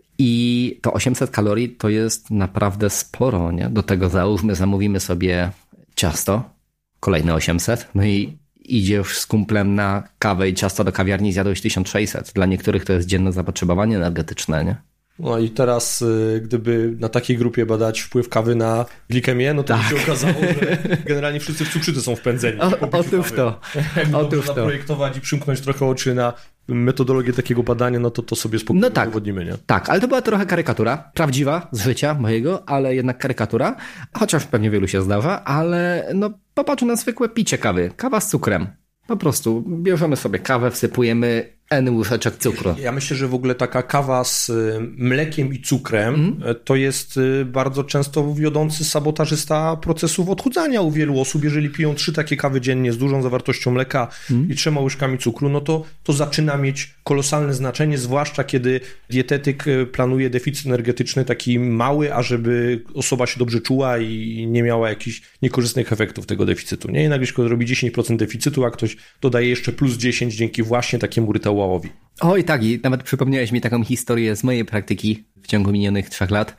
I to osiemset kalorii to jest naprawdę sporo, nie? Do tego załóżmy, zamówimy sobie ciasto, kolejne osiemset, no i idziesz z kumplem na kawę i ciasto do kawiarni, zjadłeś tysiąc sześćset. Dla niektórych to jest dzienne zapotrzebowanie energetyczne, nie? No i teraz, gdyby na takiej grupie badać wpływ kawy na glikemię, no to tak. by się okazało, że generalnie wszyscy w cukrzycy są wpędzeni. O, otóż to. Jak dobrze zaprojektować i przymknąć trochę oczy na metodologię takiego badania, no to to sobie spokojnie no tak, udowodnimy, nie? Tak, ale to była trochę karykatura, prawdziwa z życia mojego, ale jednak karykatura, chociaż pewnie wielu się zdarza, ale no popatrz na zwykłe picie kawy, kawa z cukrem. Po prostu bierzemy sobie kawę, wsypujemy N łyżeczek cukru. Ja myślę, że w ogóle taka kawa z mlekiem i cukrem mm. to jest bardzo często wiodący sabotażysta procesów odchudzania u wielu osób. Jeżeli piją trzy takie kawy dziennie z dużą zawartością mleka mm. i trzema łyżkami cukru, no to to zaczyna mieć kolosalne znaczenie, zwłaszcza kiedy dietetyk planuje deficyt energetyczny taki mały, ażeby osoba się dobrze czuła i nie miała jakichś niekorzystnych efektów tego deficytu. Nie? I nagle się robi dziesięć procent deficytu, a ktoś dodaje jeszcze plus dziesięć dzięki właśnie takiemu rytuałowi. Oj tak, i nawet przypomniałeś mi taką historię z mojej praktyki w ciągu minionych trzech lat,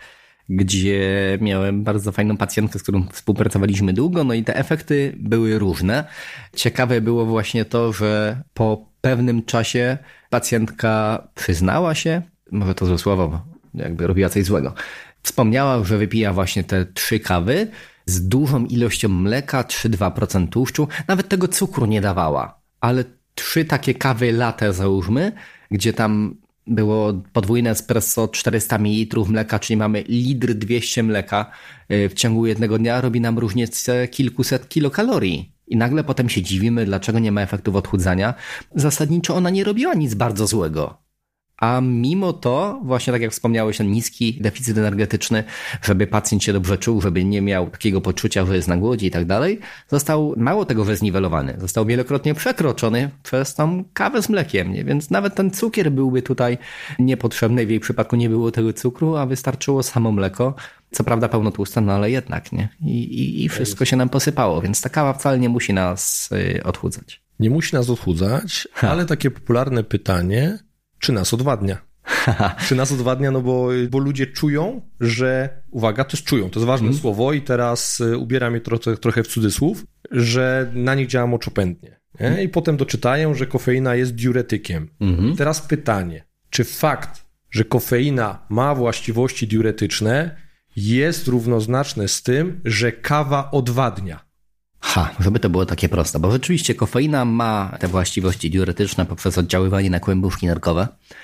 gdzie miałem bardzo fajną pacjentkę, z którą współpracowaliśmy długo, no i te efekty były różne. Ciekawe było właśnie to, że po pewnym czasie pacjentka przyznała się, może to złe słowo, jakby robiła coś złego, wspomniała, że wypija właśnie te trzy kawy z dużą ilością mleka, trzy przecinek dwa procent tłuszczu, nawet tego cukru nie dawała, ale trzy takie kawy latte załóżmy, gdzie tam było podwójne espresso, czterysta mililitrów mleka, czyli mamy litr dwieście mleka w ciągu jednego dnia, robi nam różnicę kilkuset kilokalorii. I nagle potem się dziwimy, dlaczego nie ma efektów odchudzania. Zasadniczo ona nie robiła nic bardzo złego. A mimo to, właśnie tak jak wspomniałeś, ten niski deficyt energetyczny, żeby pacjent się dobrze czuł, żeby nie miał takiego poczucia, że jest na głodzi i tak dalej, został mało tego zniwelowany. Został wielokrotnie przekroczony przez tą kawę z mlekiem, nie? Więc nawet ten cukier byłby tutaj niepotrzebny. W jej przypadku nie było tego cukru, a wystarczyło samo mleko. Co prawda pełnotłuste, no ale jednak, nie? I, i, i wszystko się nam posypało, więc ta kawa wcale nie musi nas y, odchudzać. Nie musi nas odchudzać, ha. ale takie popularne pytanie... Czy nas odwadnia? Czy nas odwadnia? No bo, bo ludzie czują, że, uwaga, to jest czują, to jest ważne mm. słowo i teraz ubieram je trochę, trochę w cudzysłów, że na nich działa moczopędnie. Nie? I potem doczytają, że kofeina jest diuretykiem. Mm-hmm. I teraz pytanie, czy fakt, że kofeina ma właściwości diuretyczne jest równoznaczne z tym, że kawa odwadnia? Ha, żeby to było takie proste, bo rzeczywiście kofeina ma te właściwości diuretyczne poprzez oddziaływanie na kłębuszki nerkowe,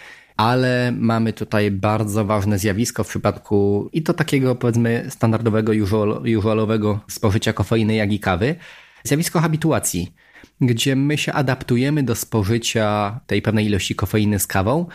ale mamy tutaj bardzo ważne zjawisko w przypadku i to takiego powiedzmy standardowego, usualowego spożycia kofeiny, jak i kawy, zjawisko habituacji, gdzie my się adaptujemy do spożycia tej pewnej ilości kofeiny z kawą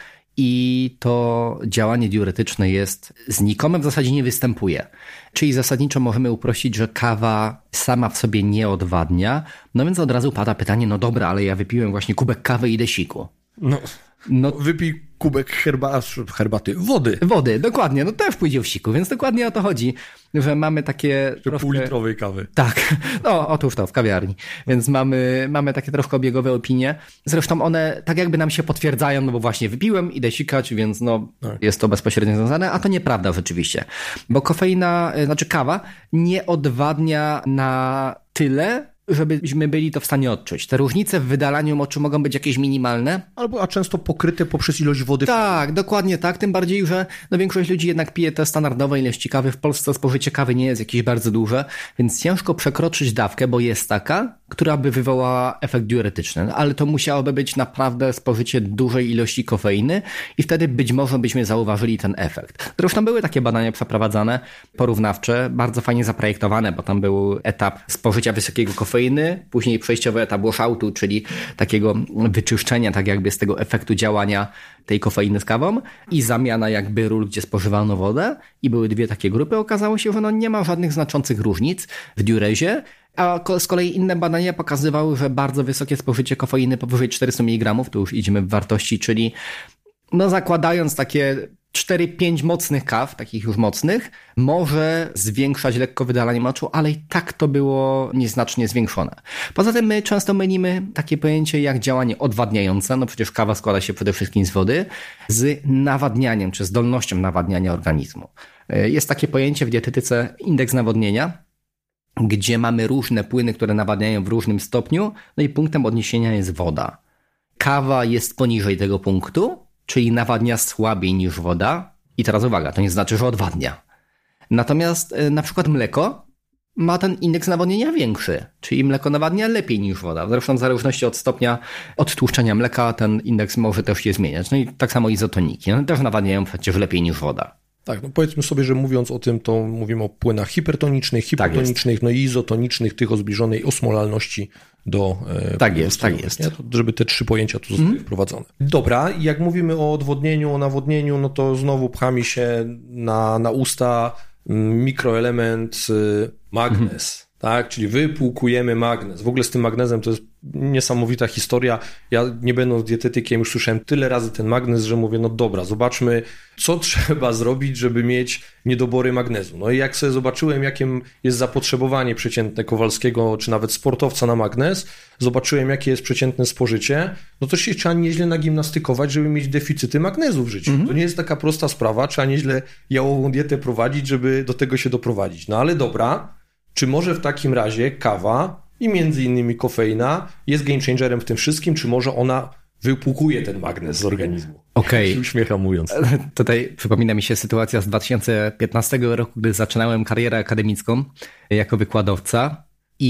i to działanie diuretyczne jest znikome, w zasadzie nie występuje. Czyli zasadniczo możemy uprościć, że kawa sama w sobie nie odwadnia, no więc od razu pada pytanie, no dobra, ale ja wypiłem właśnie kubek kawy i desiku. No, no wypij kubek herba, herbaty, wody. Wody, dokładnie, no też pójdzie w siku, więc dokładnie o to chodzi, że mamy takie troszkę... półlitrowej kawy. Tak, no otóż to, w kawiarni. Więc mamy, mamy takie troszkę obiegowe opinie. Zresztą one tak jakby nam się potwierdzają, no bo właśnie wypiłem, idę sikać, więc no tak. Jest to bezpośrednio związane, a to nieprawda rzeczywiście. Bo kofeina, znaczy kawa nie odwadnia na tyle, żebyśmy byli to w stanie odczuć. Te różnice w wydalaniu moczu mogą być jakieś minimalne. Albo a często pokryte poprzez ilość wody. Tak, dokładnie tak. Tym bardziej, że no większość ludzi jednak pije te standardowe ilości kawy. W Polsce spożycie kawy nie jest jakieś bardzo duże, więc ciężko przekroczyć dawkę, bo jest taka, która by wywołała efekt diuretyczny. Ale to musiałoby być naprawdę spożycie dużej ilości kofeiny i wtedy być może byśmy zauważyli ten efekt. Zresztą były takie badania przeprowadzane, porównawcze, bardzo fajnie zaprojektowane, bo tam był etap spożycia wysokiego kofeiny, później przejściowy etap washoutu, czyli takiego wyczyszczenia tak jakby z tego efektu działania tej kofeiny z kawą i zamiana jakby ról, gdzie spożywano wodę i były dwie takie grupy. Okazało się, że no nie ma żadnych znaczących różnic w diurezie, a z kolei inne badania pokazywały, że bardzo wysokie spożycie kofeiny powyżej czterysta miligramów, tu już idziemy w wartości, czyli no zakładając takie cztery pięć mocnych kaw, takich już mocnych, może zwiększać lekko wydalanie moczu, ale i tak to było nieznacznie zwiększone. Poza tym my często mylimy takie pojęcie jak działanie odwadniające, no przecież kawa składa się przede wszystkim z wody, z nawadnianiem, czy zdolnością nawadniania organizmu. Jest takie pojęcie w dietetyce indeks nawodnienia, gdzie mamy różne płyny, które nawadniają w różnym stopniu, no i punktem odniesienia jest woda. Kawa jest poniżej tego punktu, czyli nawadnia słabiej niż woda. I teraz uwaga, to nie znaczy, że odwadnia. Natomiast na przykład mleko ma ten indeks nawodnienia większy, czyli mleko nawadnia lepiej niż woda. Zresztą w zależności od stopnia odtłuszczenia mleka ten indeks może też się zmieniać. No i tak samo izotoniki. One też nawadniają przecież lepiej niż woda. Tak, no powiedzmy sobie, że mówiąc o tym, to mówimy o płynach hipertonicznych, hipotonicznych, tak no i izotonicznych, tych o zbliżonej osmolalności do... E, tak jest, tak jest. Nie? To, żeby te trzy pojęcia tu zostały mm. wprowadzone. Dobra, jak mówimy o odwodnieniu, o nawodnieniu, no to znowu pcha mi się na, na usta mikroelement magnez. Mm. Tak, czyli wypłukujemy magnez. W ogóle z tym magnezem to jest niesamowita historia. Ja nie będąc dietetykiem już słyszałem tyle razy ten magnez, że mówię, no dobra, zobaczmy, co trzeba zrobić, żeby mieć niedobory magnezu. No i jak sobie zobaczyłem, jakie jest zapotrzebowanie przeciętne Kowalskiego, czy nawet sportowca na magnez, zobaczyłem, jakie jest przeciętne spożycie, no to się trzeba nieźle nagimnastykować, żeby mieć deficyty magnezu w życiu. Mm-hmm. To nie jest taka prosta sprawa, trzeba nieźle jałową dietę prowadzić, żeby do tego się doprowadzić. No ale dobra, czy może w takim razie kawa i między innymi kofeina jest game changerem w tym wszystkim, czy może ona wypłukuje ten magnez z organizmu? Okej. Okay. Się uśmiecham mówiąc. Tutaj przypomina mi się sytuacja z dwa tysiące piętnastego roku, gdy zaczynałem karierę akademicką jako wykładowca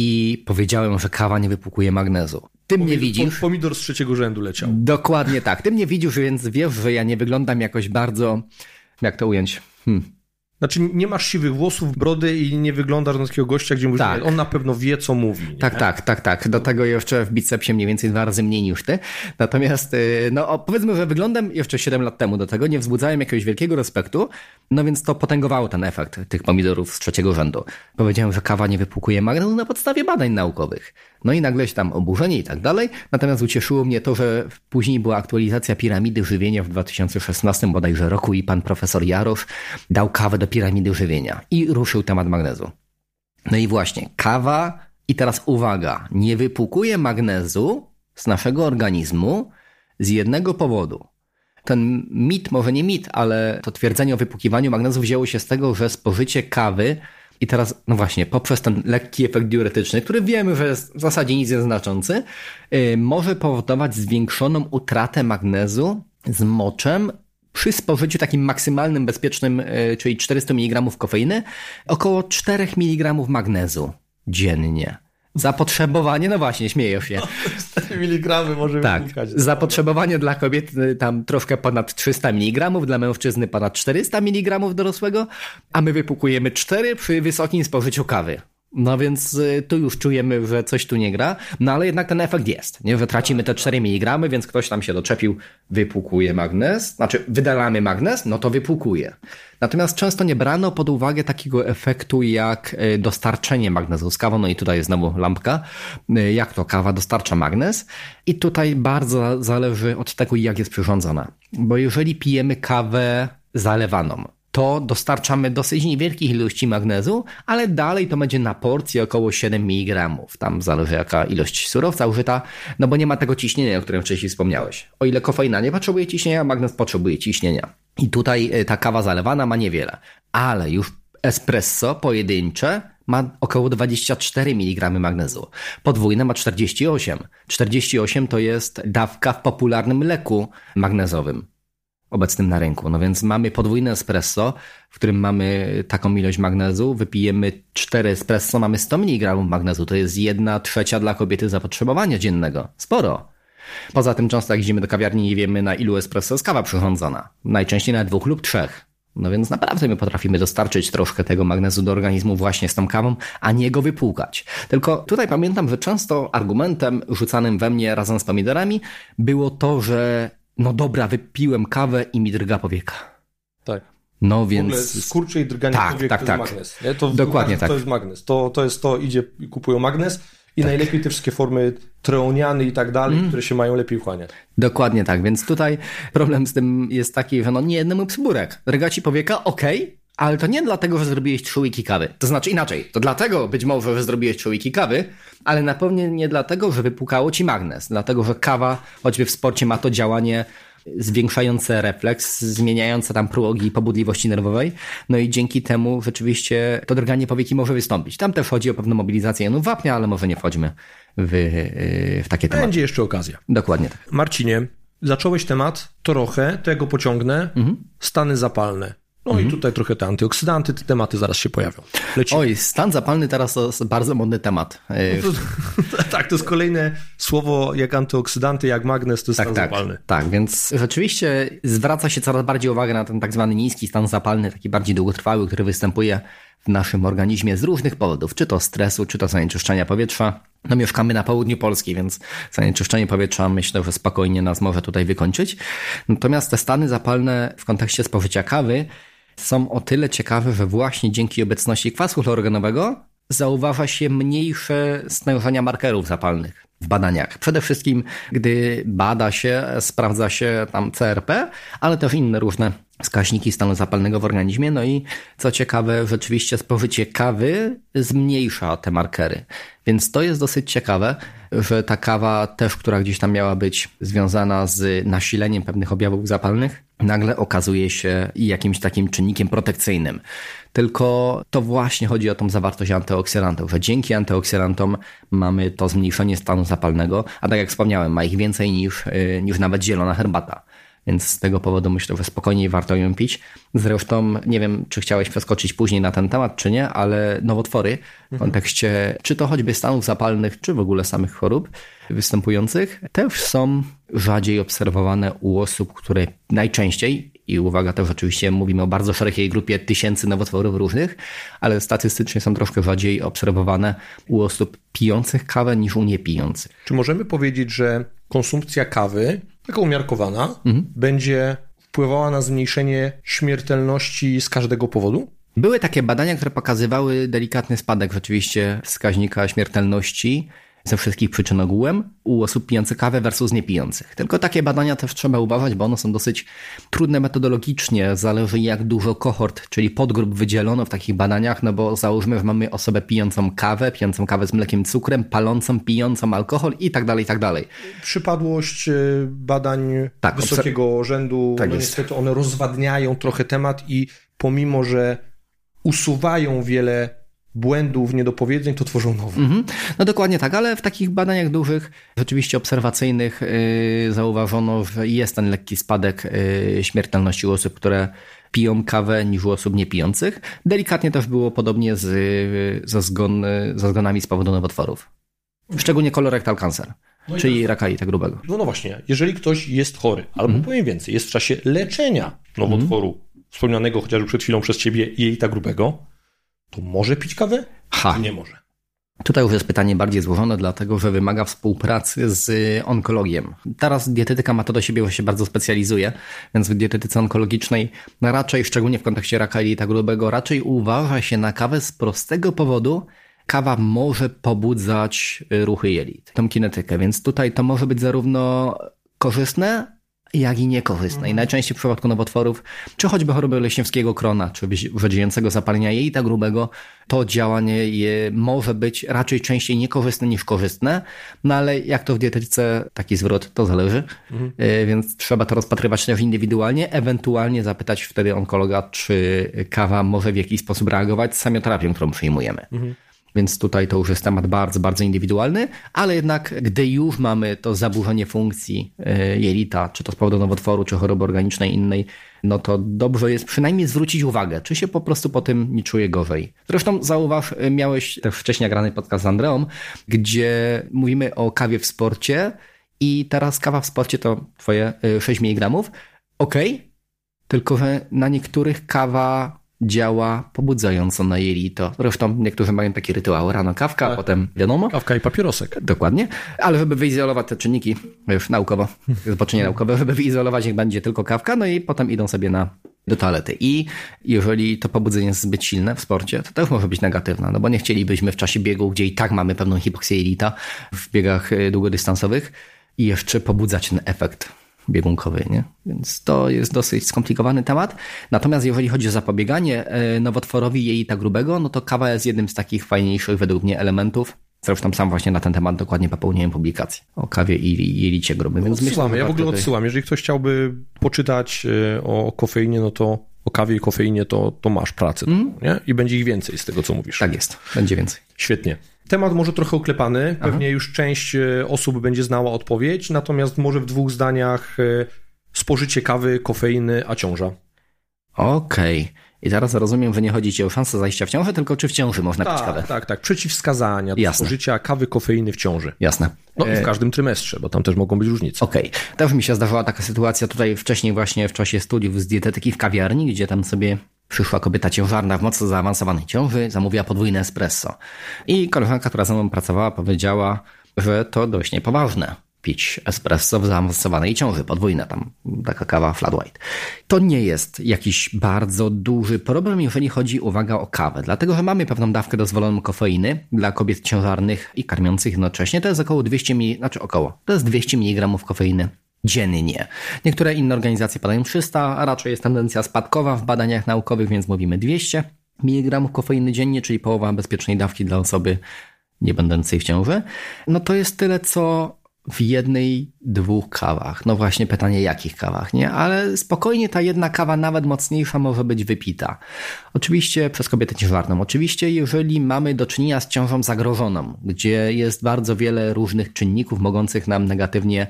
i powiedziałem, że kawa nie wypłukuje magnezu. Ty mnie widzisz. Pomidor z trzeciego rzędu leciał. Dokładnie tak. Ty mnie widzisz, więc wiesz, że ja nie wyglądam jakoś bardzo, jak to ująć, hmm. Znaczy nie masz siwych włosów, brody i nie wyglądasz na takiego gościa, gdzie mówisz, tak. On na pewno wie, co mówi. Nie? Tak, tak, tak, tak. Do tego jeszcze w bicepsie mniej więcej dwa razy mniej niż ty. Natomiast, no powiedzmy, że wyglądam jeszcze siedem lat temu do tego, nie wzbudzałem jakiegoś wielkiego respektu, no więc to potęgowało ten efekt tych pomidorów z trzeciego rzędu. Powiedziałem, że kawa nie wypłukuje magnezu na podstawie badań naukowych. No i nagle się tam oburzenie i tak dalej. Natomiast ucieszyło mnie to, że później była aktualizacja piramidy żywienia w dwa tysiące szesnastym bodajże roku i pan profesor Jarosz dał kawę do piramidy żywienia i ruszył temat magnezu. No i właśnie, kawa, i teraz uwaga, nie wypłukuje magnezu z naszego organizmu z jednego powodu. Ten mit, może nie mit, ale to twierdzenie o wypłukiwaniu magnezu wzięło się z tego, że spożycie kawy i teraz, no właśnie, poprzez ten lekki efekt diuretyczny, który wiemy, że jest w zasadzie nic nieznaczący, yy, może powodować zwiększoną utratę magnezu z moczem przy spożyciu takim maksymalnym, bezpiecznym, yy, czyli czterysta miligramów kofeiny, około cztery miligramy magnezu dziennie. Zapotrzebowanie, no właśnie, śmieję się. No, cztery miligramy może tak, wypłukać. Zapotrzebowanie dla kobiet tam troszkę ponad trzysta miligramów, dla mężczyzny ponad czterysta miligramów dorosłego, a my wypłukujemy cztery przy wysokim spożyciu kawy. No więc y, tu już czujemy, że coś tu nie gra, no ale jednak ten efekt jest, nie? Że tracimy te cztery miligramy, więc ktoś tam się doczepił, wypłukuje magnez, znaczy wydalamy magnez, no to wypłukuje. Natomiast często nie brano pod uwagę takiego efektu jak y, dostarczenie magnezu z kawą, no i tutaj jest znowu lampka, y, jak to kawa dostarcza magnez i tutaj bardzo zależy od tego, jak jest przyrządzona, bo jeżeli pijemy kawę zalewaną, to dostarczamy dosyć niewielkich ilości magnezu, ale dalej to będzie na porcji około siedem miligramów. Tam zależy jaka ilość surowca użyta, no bo nie ma tego ciśnienia, o którym wcześniej wspomniałeś. O ile kofeina nie potrzebuje ciśnienia, magnez potrzebuje ciśnienia. I tutaj ta kawa zalewana ma niewiele. Ale już espresso pojedyncze ma około dwadzieścia cztery miligramy magnezu. Podwójne ma czterdzieści osiem. czterdzieści osiem to jest dawka w popularnym leku magnezowym obecnym na rynku. No więc mamy podwójne espresso, w którym mamy taką ilość magnezu, wypijemy cztery espresso, mamy sto miligramów magnezu. To jest jedna trzecia dla kobiety zapotrzebowania dziennego. Sporo. Poza tym często jak idziemy do kawiarni nie wiemy na ilu espresso jest kawa przyrządzona. Najczęściej na dwóch lub trzech. No więc naprawdę my potrafimy dostarczyć troszkę tego magnezu do organizmu właśnie z tą kawą, a nie go wypłukać. Tylko tutaj pamiętam, że często argumentem rzucanym we mnie razem z pomidorami było to, że no dobra, wypiłem kawę i mi drga powieka. Tak. No więc... W ogóle skurcze i drganie tak, powiek tak, to tak. jest magnes. Nie? To Dokładnie tak. To jest magnes. To, to jest to, idzie i kupują magnes i tak. Najlepiej te wszystkie formy treoniany i tak dalej, mm. które się mają lepiej wchłaniać. Dokładnie tak, więc tutaj problem z tym jest taki, że no nie jednemu psburek. Drga ci powieka, okej, okay, ale to nie dlatego, że zrobiłeś trzy łyki kawy. To znaczy inaczej, to dlatego być może, że zrobiłeś trzy łyki kawy, ale na pewno nie dlatego, że wypłukało ci magnes. Dlatego, że kawa, choćby w sporcie ma to działanie zwiększające refleks, zmieniające tam progi pobudliwości nerwowej, no i dzięki temu rzeczywiście to drganie powieki może wystąpić. Tam też chodzi o pewną mobilizację jonów wapnia, ale może nie wchodźmy w, w takie tematy. Będzie jeszcze okazja. Dokładnie tak. Marcinie, zacząłeś temat trochę, to ja go pociągnę, mhm. stany zapalne. No mhm. i tutaj trochę te antyoksydanty, te tematy zaraz się pojawią. Lecimy. Oj, stan zapalny teraz to jest bardzo modny temat. No to, tak, to jest kolejne słowo jak antyoksydanty, jak magnez, to jest tak, stan tak, zapalny. Tak, więc rzeczywiście zwraca się coraz bardziej uwagę na ten tak zwany niski stan zapalny, taki bardziej długotrwały, który występuje w naszym organizmie z różnych powodów, czy to stresu, czy to zanieczyszczenia powietrza. No mieszkamy na południu Polski, więc zanieczyszczenie powietrza myślę, że spokojnie nas może tutaj wykończyć. Natomiast te stany zapalne w kontekście spożycia kawy są o tyle ciekawe, że właśnie dzięki obecności kwasu chlorogenowego zauważa się mniejsze stężenia markerów zapalnych w badaniach. Przede wszystkim, gdy bada się, sprawdza się tam C R P, ale też inne różne wskaźniki stanu zapalnego w organizmie. No i co ciekawe, rzeczywiście spożycie kawy zmniejsza te markery. Więc to jest dosyć ciekawe, że ta kawa też, która gdzieś tam miała być związana z nasileniem pewnych objawów zapalnych, nagle okazuje się jakimś takim czynnikiem protekcyjnym. Tylko to właśnie chodzi o tą zawartość antyoksydantów, że dzięki antyoksydantom mamy to zmniejszenie stanu zapalnego, a tak jak wspomniałem, ma ich więcej niż, niż nawet zielona herbata. Więc z tego powodu myślę, że spokojniej warto ją pić. Zresztą nie wiem, czy chciałeś przeskoczyć później na ten temat, czy nie, ale nowotwory w kontekście czy to choćby stanów zapalnych, czy w ogóle samych chorób występujących, też są rzadziej obserwowane u osób, które najczęściej, i uwaga, to oczywiście mówimy o bardzo szerokiej grupie tysięcy nowotworów różnych, ale statystycznie są troszkę rzadziej obserwowane u osób pijących kawę niż u niepijących. Czy możemy powiedzieć, że konsumpcja kawy, taka umiarkowana, mhm. będzie wpływała na zmniejszenie śmiertelności z każdego powodu? Były takie badania, które pokazywały delikatny spadek rzeczywiście wskaźnika śmiertelności ze wszystkich przyczyn ogółem u osób pijących kawę versus niepijących. Tylko takie badania też trzeba uważać, bo one są dosyć trudne metodologicznie. Zależy jak dużo kohort, czyli podgrup wydzielono w takich badaniach, no bo załóżmy, że mamy osobę pijącą kawę, pijącą kawę z mlekiem, cukrem, palącą, pijącą alkohol i tak dalej, i tak dalej. Przypadłość badań tak, wysokiego obser- rzędu, tak no niestety one rozwadniają trochę temat i pomimo, że usuwają wiele błędów, niedopowiedzeń, to tworzą nowe. Mm-hmm. No dokładnie tak, ale w takich badaniach dużych, rzeczywiście obserwacyjnych yy, zauważono, że jest ten lekki spadek yy, śmiertelności u osób, które piją kawę niż u osób niepijących. Delikatnie też było podobnie z, ze, zgon, ze zgonami z powodu nowotworów. Szczególnie colorectal cancer, no czyli raka jelita grubego. No, no właśnie, jeżeli ktoś jest chory, albo mm. powiem więcej, jest w czasie leczenia nowotworu, mm. wspomnianego chociażby przed chwilą przez ciebie jelita grubego, to może pić kawę? Ha. Czy nie może? Tutaj już jest pytanie bardziej złożone, dlatego że wymaga współpracy z onkologiem. Teraz dietetyka ma to do siebie, że się bardzo specjalizuje, więc w dietetyce onkologicznej raczej, szczególnie w kontekście raka jelita grubego, raczej uważa się na kawę z prostego powodu. Kawa może pobudzać ruchy jelit, tą kinetykę, więc tutaj to może być zarówno korzystne, jak i niekorzystne. I najczęściej w przypadku nowotworów, czy choćby choroby leśniewskiego krona, czy wydziejącego zapalenia jelita grubego, to działanie je może być raczej częściej niekorzystne niż korzystne, no ale jak to w dietetyce, taki zwrot, to zależy, mhm. więc trzeba to rozpatrywać też indywidualnie, ewentualnie zapytać wtedy onkologa, czy kawa może w jakiś sposób reagować z samioterapią, którą przyjmujemy. Mhm. Więc tutaj to już jest temat bardzo, bardzo indywidualny, ale jednak gdy już mamy to zaburzenie funkcji jelita, czy to z powodu nowotworu, czy choroby organicznej innej, no to dobrze jest przynajmniej zwrócić uwagę, czy się po prostu po tym nie czuje gorzej. Zresztą zauważ, miałeś też wcześniej nagrany podcast z Andreą, gdzie mówimy o kawie w sporcie i teraz kawa w sporcie to twoje sześć miligramów. Okej, okay, tylko że na niektórych kawa działa pobudzająco na jelito. Zresztą niektórzy mają taki rytuał, rano kawka, tak. Potem wiadomo. Kawka i papierosek. Dokładnie. Ale żeby wyizolować te czynniki, już naukowo, zboczenie naukowe, żeby wyizolować, niech będzie tylko kawka, no i potem idą sobie na, do toalety. I jeżeli to pobudzenie jest zbyt silne w sporcie, to też może być negatywne, no bo nie chcielibyśmy w czasie biegu, gdzie i tak mamy pewną hipoksję jelita w biegach długodystansowych i jeszcze pobudzać ten efekt biegunkowy, nie? Więc to jest dosyć skomplikowany temat. Natomiast jeżeli chodzi o zapobieganie nowotworowi jelita grubego, no to kawa jest jednym z takich fajniejszych według mnie elementów. Zresztą sam właśnie na ten temat dokładnie popełniłem publikację o kawie i jelicie grubym. Więc odsyłamy, myślę, ja w ogóle odsyłam. Jeżeli ktoś chciałby poczytać o kofeinie, no to o kawie i kofeinie, to, to masz pracę. Mm. Nie? I będzie ich więcej z tego, co mówisz. Tak jest, będzie więcej. Świetnie. Temat może trochę oklepany, pewnie Aha. już część osób będzie znała odpowiedź, natomiast może w dwóch zdaniach spożycie kawy, kofeiny, a ciąża. Okej. Okay. I teraz rozumiem, że nie chodzi ci o szansę zajścia w ciążę, tylko czy w ciąży można tak, pić kawę. Tak, tak. Przeciwwskazania do Jasne. spożycia kawy, kofeiny w ciąży. Jasne. No i w każdym trymestrze, bo tam też mogą być różnice. Okej. Okay. Też mi się zdarzyła taka sytuacja tutaj wcześniej właśnie w czasie studiów z dietetyki w kawiarni, gdzie tam sobie przyszła kobieta ciężarna w mocno zaawansowanej ciąży, zamówiła podwójne espresso. I koleżanka, która ze mną pracowała, powiedziała, że to dość niepoważne. Pić espresso w zaawansowanej ciąży, podwójna tam, taka kawa flat white. To nie jest jakiś bardzo duży problem, jeżeli chodzi, uwaga, o kawę, dlatego, że mamy pewną dawkę dozwoloną kofeiny dla kobiet ciężarnych i karmiących jednocześnie, to jest około dwieście miligramów, znaczy około, to jest dwieście miligramów kofeiny dziennie. Niektóre inne organizacje podają trzysta, a raczej jest tendencja spadkowa w badaniach naukowych, więc mówimy dwieście miligramów kofeiny dziennie, czyli połowa bezpiecznej dawki dla osoby nie będącej w ciąży. No to jest tyle, co w jednej, dwóch kawach. No właśnie pytanie, jakich kawach, nie? Ale spokojnie ta jedna kawa, nawet mocniejsza, może być wypita. Oczywiście przez kobietę ciężarną. Oczywiście jeżeli mamy do czynienia z ciążą zagrożoną, gdzie jest bardzo wiele różnych czynników mogących nam negatywnie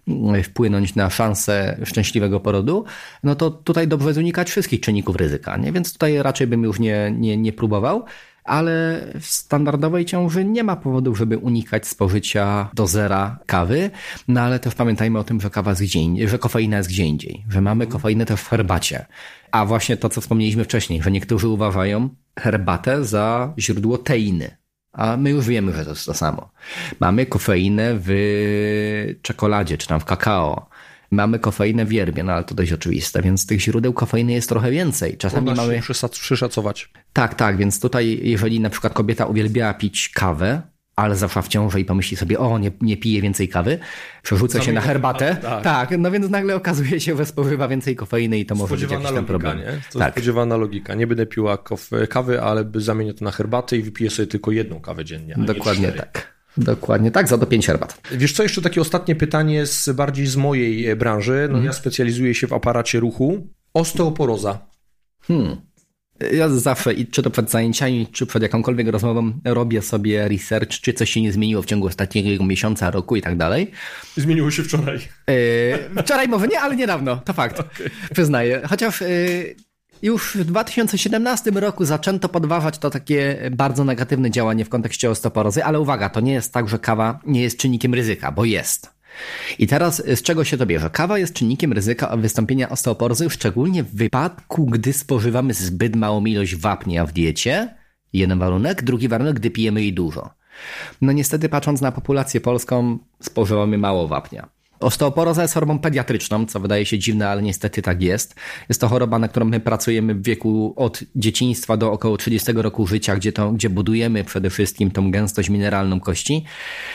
wpłynąć na szansę szczęśliwego porodu, no to tutaj dobrze jest unikać wszystkich czynników ryzyka, nie? Więc tutaj raczej bym już nie, nie, nie próbował. Ale w standardowej ciąży nie ma powodu, żeby unikać spożycia do zera kawy, no ale też pamiętajmy o tym, że kawa jest gdzie indziej, że kofeina jest gdzie indziej, że mamy kofeinę też w herbacie. A właśnie to, co wspomnieliśmy wcześniej, że niektórzy uważają herbatę za źródło teiny. A my już wiemy, że to jest to samo. Mamy kofeinę w czekoladzie, czy tam w kakao. Mamy kofeinę w yerbie, no ale to dość oczywiste, więc tych źródeł kofeiny jest trochę więcej. Czasami Można mamy... się przyszacować. Tak, tak, więc tutaj jeżeli na przykład kobieta uwielbiała pić kawę, ale zaszła w ciążę i pomyśli sobie, o, nie, nie piję więcej kawy, przerzucę Zamiast się na herbatę. Tak. tak, no więc nagle okazuje się, że spożywa więcej kofeiny i to może być jakiś tam problem. Nie? To tak. Spodziewana logika. Nie będę piła kawy, ale zamienię to na herbatę i wypiję sobie tylko jedną kawę dziennie. Dokładnie tak. Dokładnie tak, za do pięć herbat. Wiesz co, jeszcze takie ostatnie pytanie z bardziej z mojej branży. No mm. Ja specjalizuję się w aparacie ruchu. Osteoporoza. Hmm. Ja zawsze, i czy to przed zajęciami, czy przed jakąkolwiek rozmową, robię sobie research, czy coś się nie zmieniło w ciągu ostatniego miesiąca, roku i tak dalej. Zmieniło się wczoraj. Yy, wczoraj może nie, ale niedawno, to fakt. Okay. Przyznaję. Chociaż... Yy, już w dwa tysiące siedemnastym roku zaczęto podważać to takie bardzo negatywne działanie w kontekście osteoporozy, ale uwaga, to nie jest tak, że kawa nie jest czynnikiem ryzyka, bo jest. I teraz z czego się to bierze? Kawa jest czynnikiem ryzyka wystąpienia osteoporozy, szczególnie w wypadku, gdy spożywamy zbyt małą ilość wapnia w diecie. Jeden warunek, drugi warunek, gdy pijemy jej dużo. No niestety, patrząc na populację polską, spożywamy mało wapnia. Osteoporoza jest chorobą pediatryczną, co wydaje się dziwne, ale niestety tak jest. Jest to choroba, na którą my pracujemy w wieku od dzieciństwa do około trzydziestego roku życia, gdzie, to, gdzie budujemy przede wszystkim tą gęstość mineralną kości,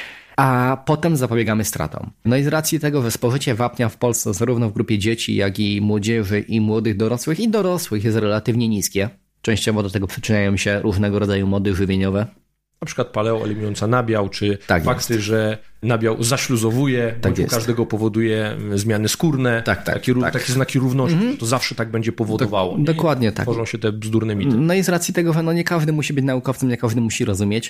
a potem zapobiegamy stratom. No i z racji tego, że spożycie wapnia w Polsce zarówno w grupie dzieci, jak i młodzieży i młodych dorosłych i dorosłych jest relatywnie niskie. Częściowo do tego przyczyniają się różnego rodzaju mody żywieniowe. Na przykład paleo eliminująca nabiał, czy tak fakty, jest. że nabiał zaśluzowuje, tak bądź u każdego powoduje zmiany skórne, tak, tak, takie, tak. takie znaki równości, mm-hmm. to zawsze tak będzie powodowało. Do, dokładnie tak. Tworzą się te bzdurne mity. No i z racji tego, że no nie każdy musi być naukowcem, nie każdy musi rozumieć,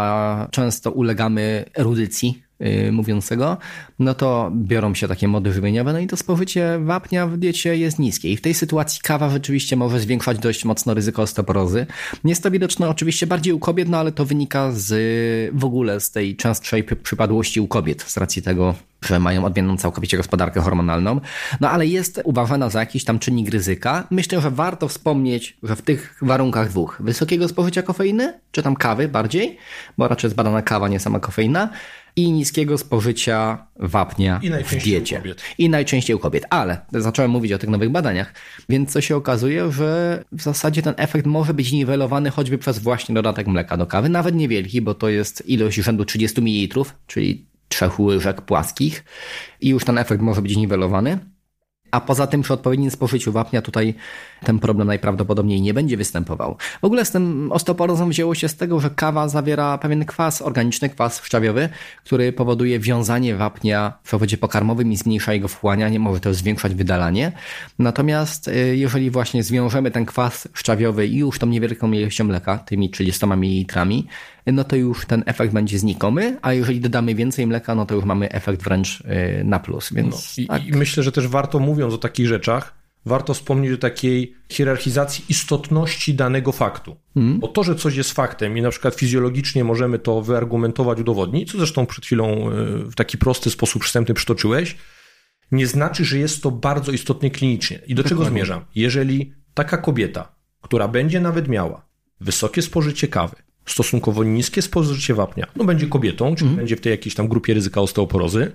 a często ulegamy erudycji yy, mówiącego, no to biorą się takie mody żywieniowe, no i to spożycie wapnia w diecie jest niskie. I w tej sytuacji kawa rzeczywiście może zwiększać dość mocno ryzyko osteoporozy. Jest to widoczne oczywiście bardziej u kobiet, no ale to wynika z w ogóle z tej częstszej przypadłości u kobiet, z racji tego, że mają odmienną całkowicie gospodarkę hormonalną. No ale jest uważana za jakiś tam czynnik ryzyka. Myślę, że warto wspomnieć, że w tych warunkach dwóch, wysokiego spożycia kofeiny, czy tam kawy bardziej, bo raczej jest badana kawa, nie sama kofeina, i niskiego spożycia wapnia I w diecie. U kobiet. I najczęściej u kobiet. Ale zacząłem mówić o tych nowych badaniach, więc co się okazuje, że w zasadzie ten efekt może być niwelowany choćby przez właśnie dodatek mleka do kawy. Nawet niewielki, bo to jest ilość rzędu trzydzieści mililitrów, czyli trzech łyżek płaskich i już ten efekt może być niwelowany. A poza tym przy odpowiednim spożyciu wapnia tutaj ten problem najprawdopodobniej nie będzie występował. W ogóle z tym osteoporozą wzięło się z tego, że kawa zawiera pewien kwas, organiczny kwas szczawiowy, który powoduje wiązanie wapnia w przewodzie pokarmowym i zmniejsza jego wchłanianie, może też zwiększać wydalanie. Natomiast jeżeli właśnie zwiążemy ten kwas szczawiowy i już tą niewielką ilością mleka, tymi trzydziestoma mililitrami, no to już ten efekt będzie znikomy, a jeżeli dodamy więcej mleka, no to już mamy efekt wręcz na plus. Więc no, i, tak. I myślę, że też warto, mówiąc o takich rzeczach, warto wspomnieć o takiej hierarchizacji istotności danego faktu. Hmm. Bo to, że coś jest faktem i na przykład fizjologicznie możemy to wyargumentować, udowodnić, co zresztą przed chwilą w taki prosty sposób przystępny przytoczyłeś, nie znaczy, że jest to bardzo istotnie klinicznie. I do Dokładnie. czego zmierzam? Jeżeli taka kobieta, która będzie nawet miała wysokie spożycie kawy, stosunkowo niskie spożycie wapnia, no będzie kobietą, czyli mm. będzie w tej jakiejś tam grupie ryzyka osteoporozy,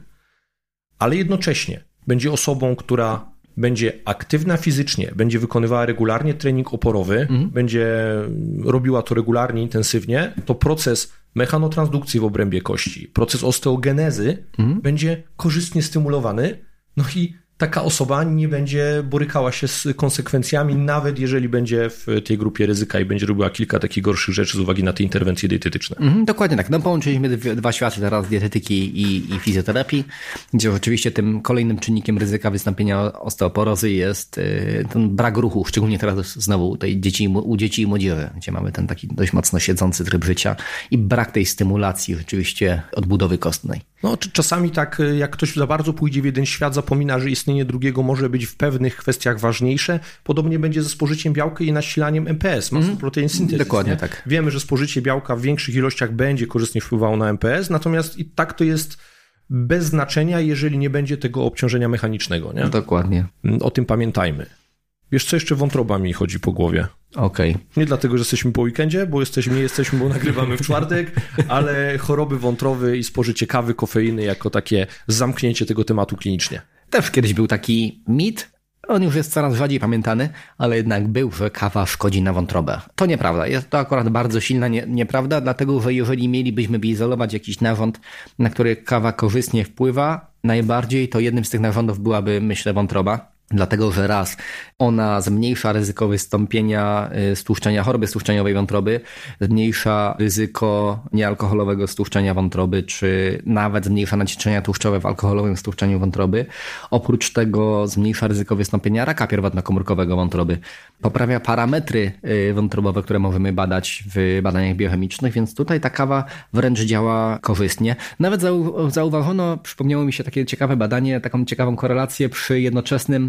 ale jednocześnie będzie osobą, która będzie aktywna fizycznie, będzie wykonywała regularnie trening oporowy, mm. będzie robiła to regularnie, intensywnie, to proces mechanotransdukcji w obrębie kości, proces osteogenezy mm. będzie korzystnie stymulowany, no i taka osoba nie będzie borykała się z konsekwencjami, nawet jeżeli będzie w tej grupie ryzyka i będzie robiła kilka takich gorszych rzeczy z uwagi na te interwencje dietetyczne. Mhm, dokładnie tak. No, połączyliśmy dwa światy teraz, dietetyki i, i fizjoterapii, gdzie oczywiście tym kolejnym czynnikiem ryzyka wystąpienia osteoporozy jest y, ten brak ruchu, szczególnie teraz znowu tej dzieci, u dzieci i młodzieży, gdzie mamy ten taki dość mocno siedzący tryb życia i brak tej stymulacji rzeczywiście odbudowy kostnej. No, czasami tak, jak ktoś za bardzo pójdzie w jeden świat, zapomina, że istnienie drugiego może być w pewnych kwestiach ważniejsze. Podobnie będzie ze spożyciem białka i nasilaniem M P S, muscle protein synthesis. Dokładnie nie? tak. Wiemy, że spożycie białka w większych ilościach będzie korzystnie wpływało na M P S, natomiast i tak to jest bez znaczenia, jeżeli nie będzie tego obciążenia mechanicznego. Nie? Dokładnie. O tym pamiętajmy. Wiesz, co jeszcze wątroba mi chodzi po głowie? Okej. Okay. Nie dlatego, że jesteśmy po weekendzie, bo jesteśmy, nie jesteśmy, bo nagrywamy w czwartek, ale choroby wątroby i spożycie kawy, kofeiny jako takie zamknięcie tego tematu klinicznie. Też kiedyś był taki mit, on już jest coraz rzadziej pamiętany, ale jednak był, że kawa szkodzi na wątrobę. To nieprawda. Jest to akurat bardzo silna nie, nieprawda, dlatego że jeżeli mielibyśmy izolować jakiś narząd, na który kawa korzystnie wpływa, najbardziej to jednym z tych narządów byłaby, myślę, wątroba. Dlatego, że raz, ona zmniejsza ryzyko wystąpienia stłuszczenia, choroby stłuszczeniowej wątroby, zmniejsza ryzyko niealkoholowego stłuszczenia wątroby, czy nawet zmniejsza naciśnienia tłuszczowe w alkoholowym stłuszczeniu wątroby. Oprócz tego zmniejsza ryzyko wystąpienia raka pierwotnokomórkowego wątroby. Poprawia parametry wątrobowe, które możemy badać w badaniach biochemicznych, więc tutaj ta kawa wręcz działa korzystnie. Nawet zau- zauważono, przypomniało mi się takie ciekawe badanie, taką ciekawą korelację przy jednoczesnym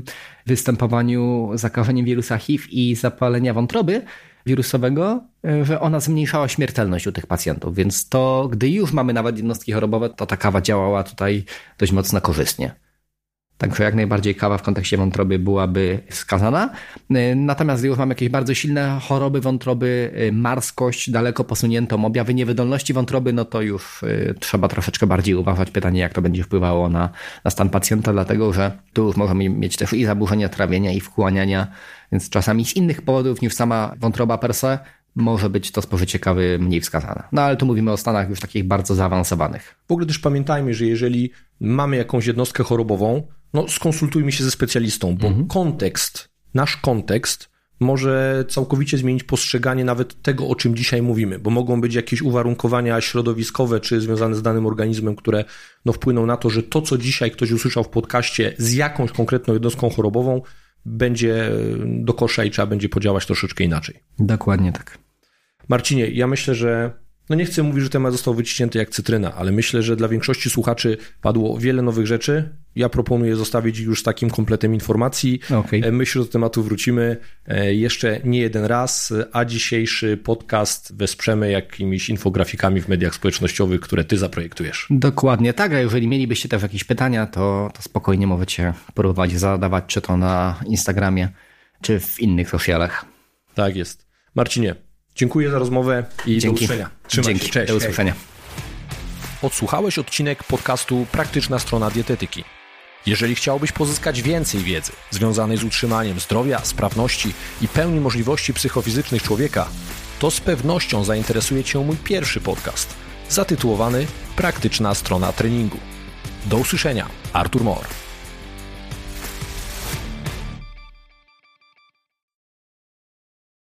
występowaniu zakażenia wirusa H I V i zapalenia wątroby wirusowego, że ona zmniejszała śmiertelność u tych pacjentów, więc to, gdy już mamy nawet jednostki chorobowe, to ta kawa działała tutaj dość mocno korzystnie. Także jak najbardziej kawa w kontekście wątroby byłaby wskazana. Natomiast gdy już mamy jakieś bardzo silne choroby wątroby, marskość, daleko posuniętą, objawy niewydolności wątroby, no to już trzeba troszeczkę bardziej uważać. Pytanie, jak to będzie wpływało na, na stan pacjenta, dlatego że tu już możemy mieć też i zaburzenia trawienia, i wchłaniania, więc czasami z innych powodów niż sama wątroba per se może być to spożycie kawy mniej wskazane. No ale tu mówimy o stanach już takich bardzo zaawansowanych. W ogóle też pamiętajmy, że jeżeli mamy jakąś jednostkę chorobową, no skonsultujmy się ze specjalistą, bo mhm. kontekst, nasz kontekst może całkowicie zmienić postrzeganie nawet tego, o czym dzisiaj mówimy, bo mogą być jakieś uwarunkowania środowiskowe czy związane z danym organizmem, które no, wpłyną na to, że to, co dzisiaj ktoś usłyszał w podcaście z jakąś konkretną jednostką chorobową, będzie do kosza i trzeba będzie podziałać troszeczkę inaczej. Dokładnie tak. Marcinie, ja myślę, że no nie chcę mówić, że temat został wyciśnięty jak cytryna, ale myślę, że dla większości słuchaczy padło wiele nowych rzeczy. Ja proponuję zostawić już z takim kompletem informacji. Okay. Myślę, że do tematu wrócimy jeszcze nie jeden raz, a dzisiejszy podcast wesprzemy jakimiś infografikami w mediach społecznościowych, które ty zaprojektujesz. Dokładnie tak, a jeżeli mielibyście też jakieś pytania, to, to spokojnie możecie próbować zadawać, czy to na Instagramie, czy w innych socialach. Tak jest. Marcinie, dziękuję za rozmowę i Dzięki. do usłyszenia. Trzymaj Dzięki. się. Cześć. Do usłyszenia. Odsłuchałeś odcinek podcastu Praktyczna Strona Dietetyki. Jeżeli chciałbyś pozyskać więcej wiedzy związanej z utrzymaniem zdrowia, sprawności i pełni możliwości psychofizycznych człowieka, to z pewnością zainteresuje Cię mój pierwszy podcast zatytułowany Praktyczna Strona Treningu. Do usłyszenia. Artur Mor.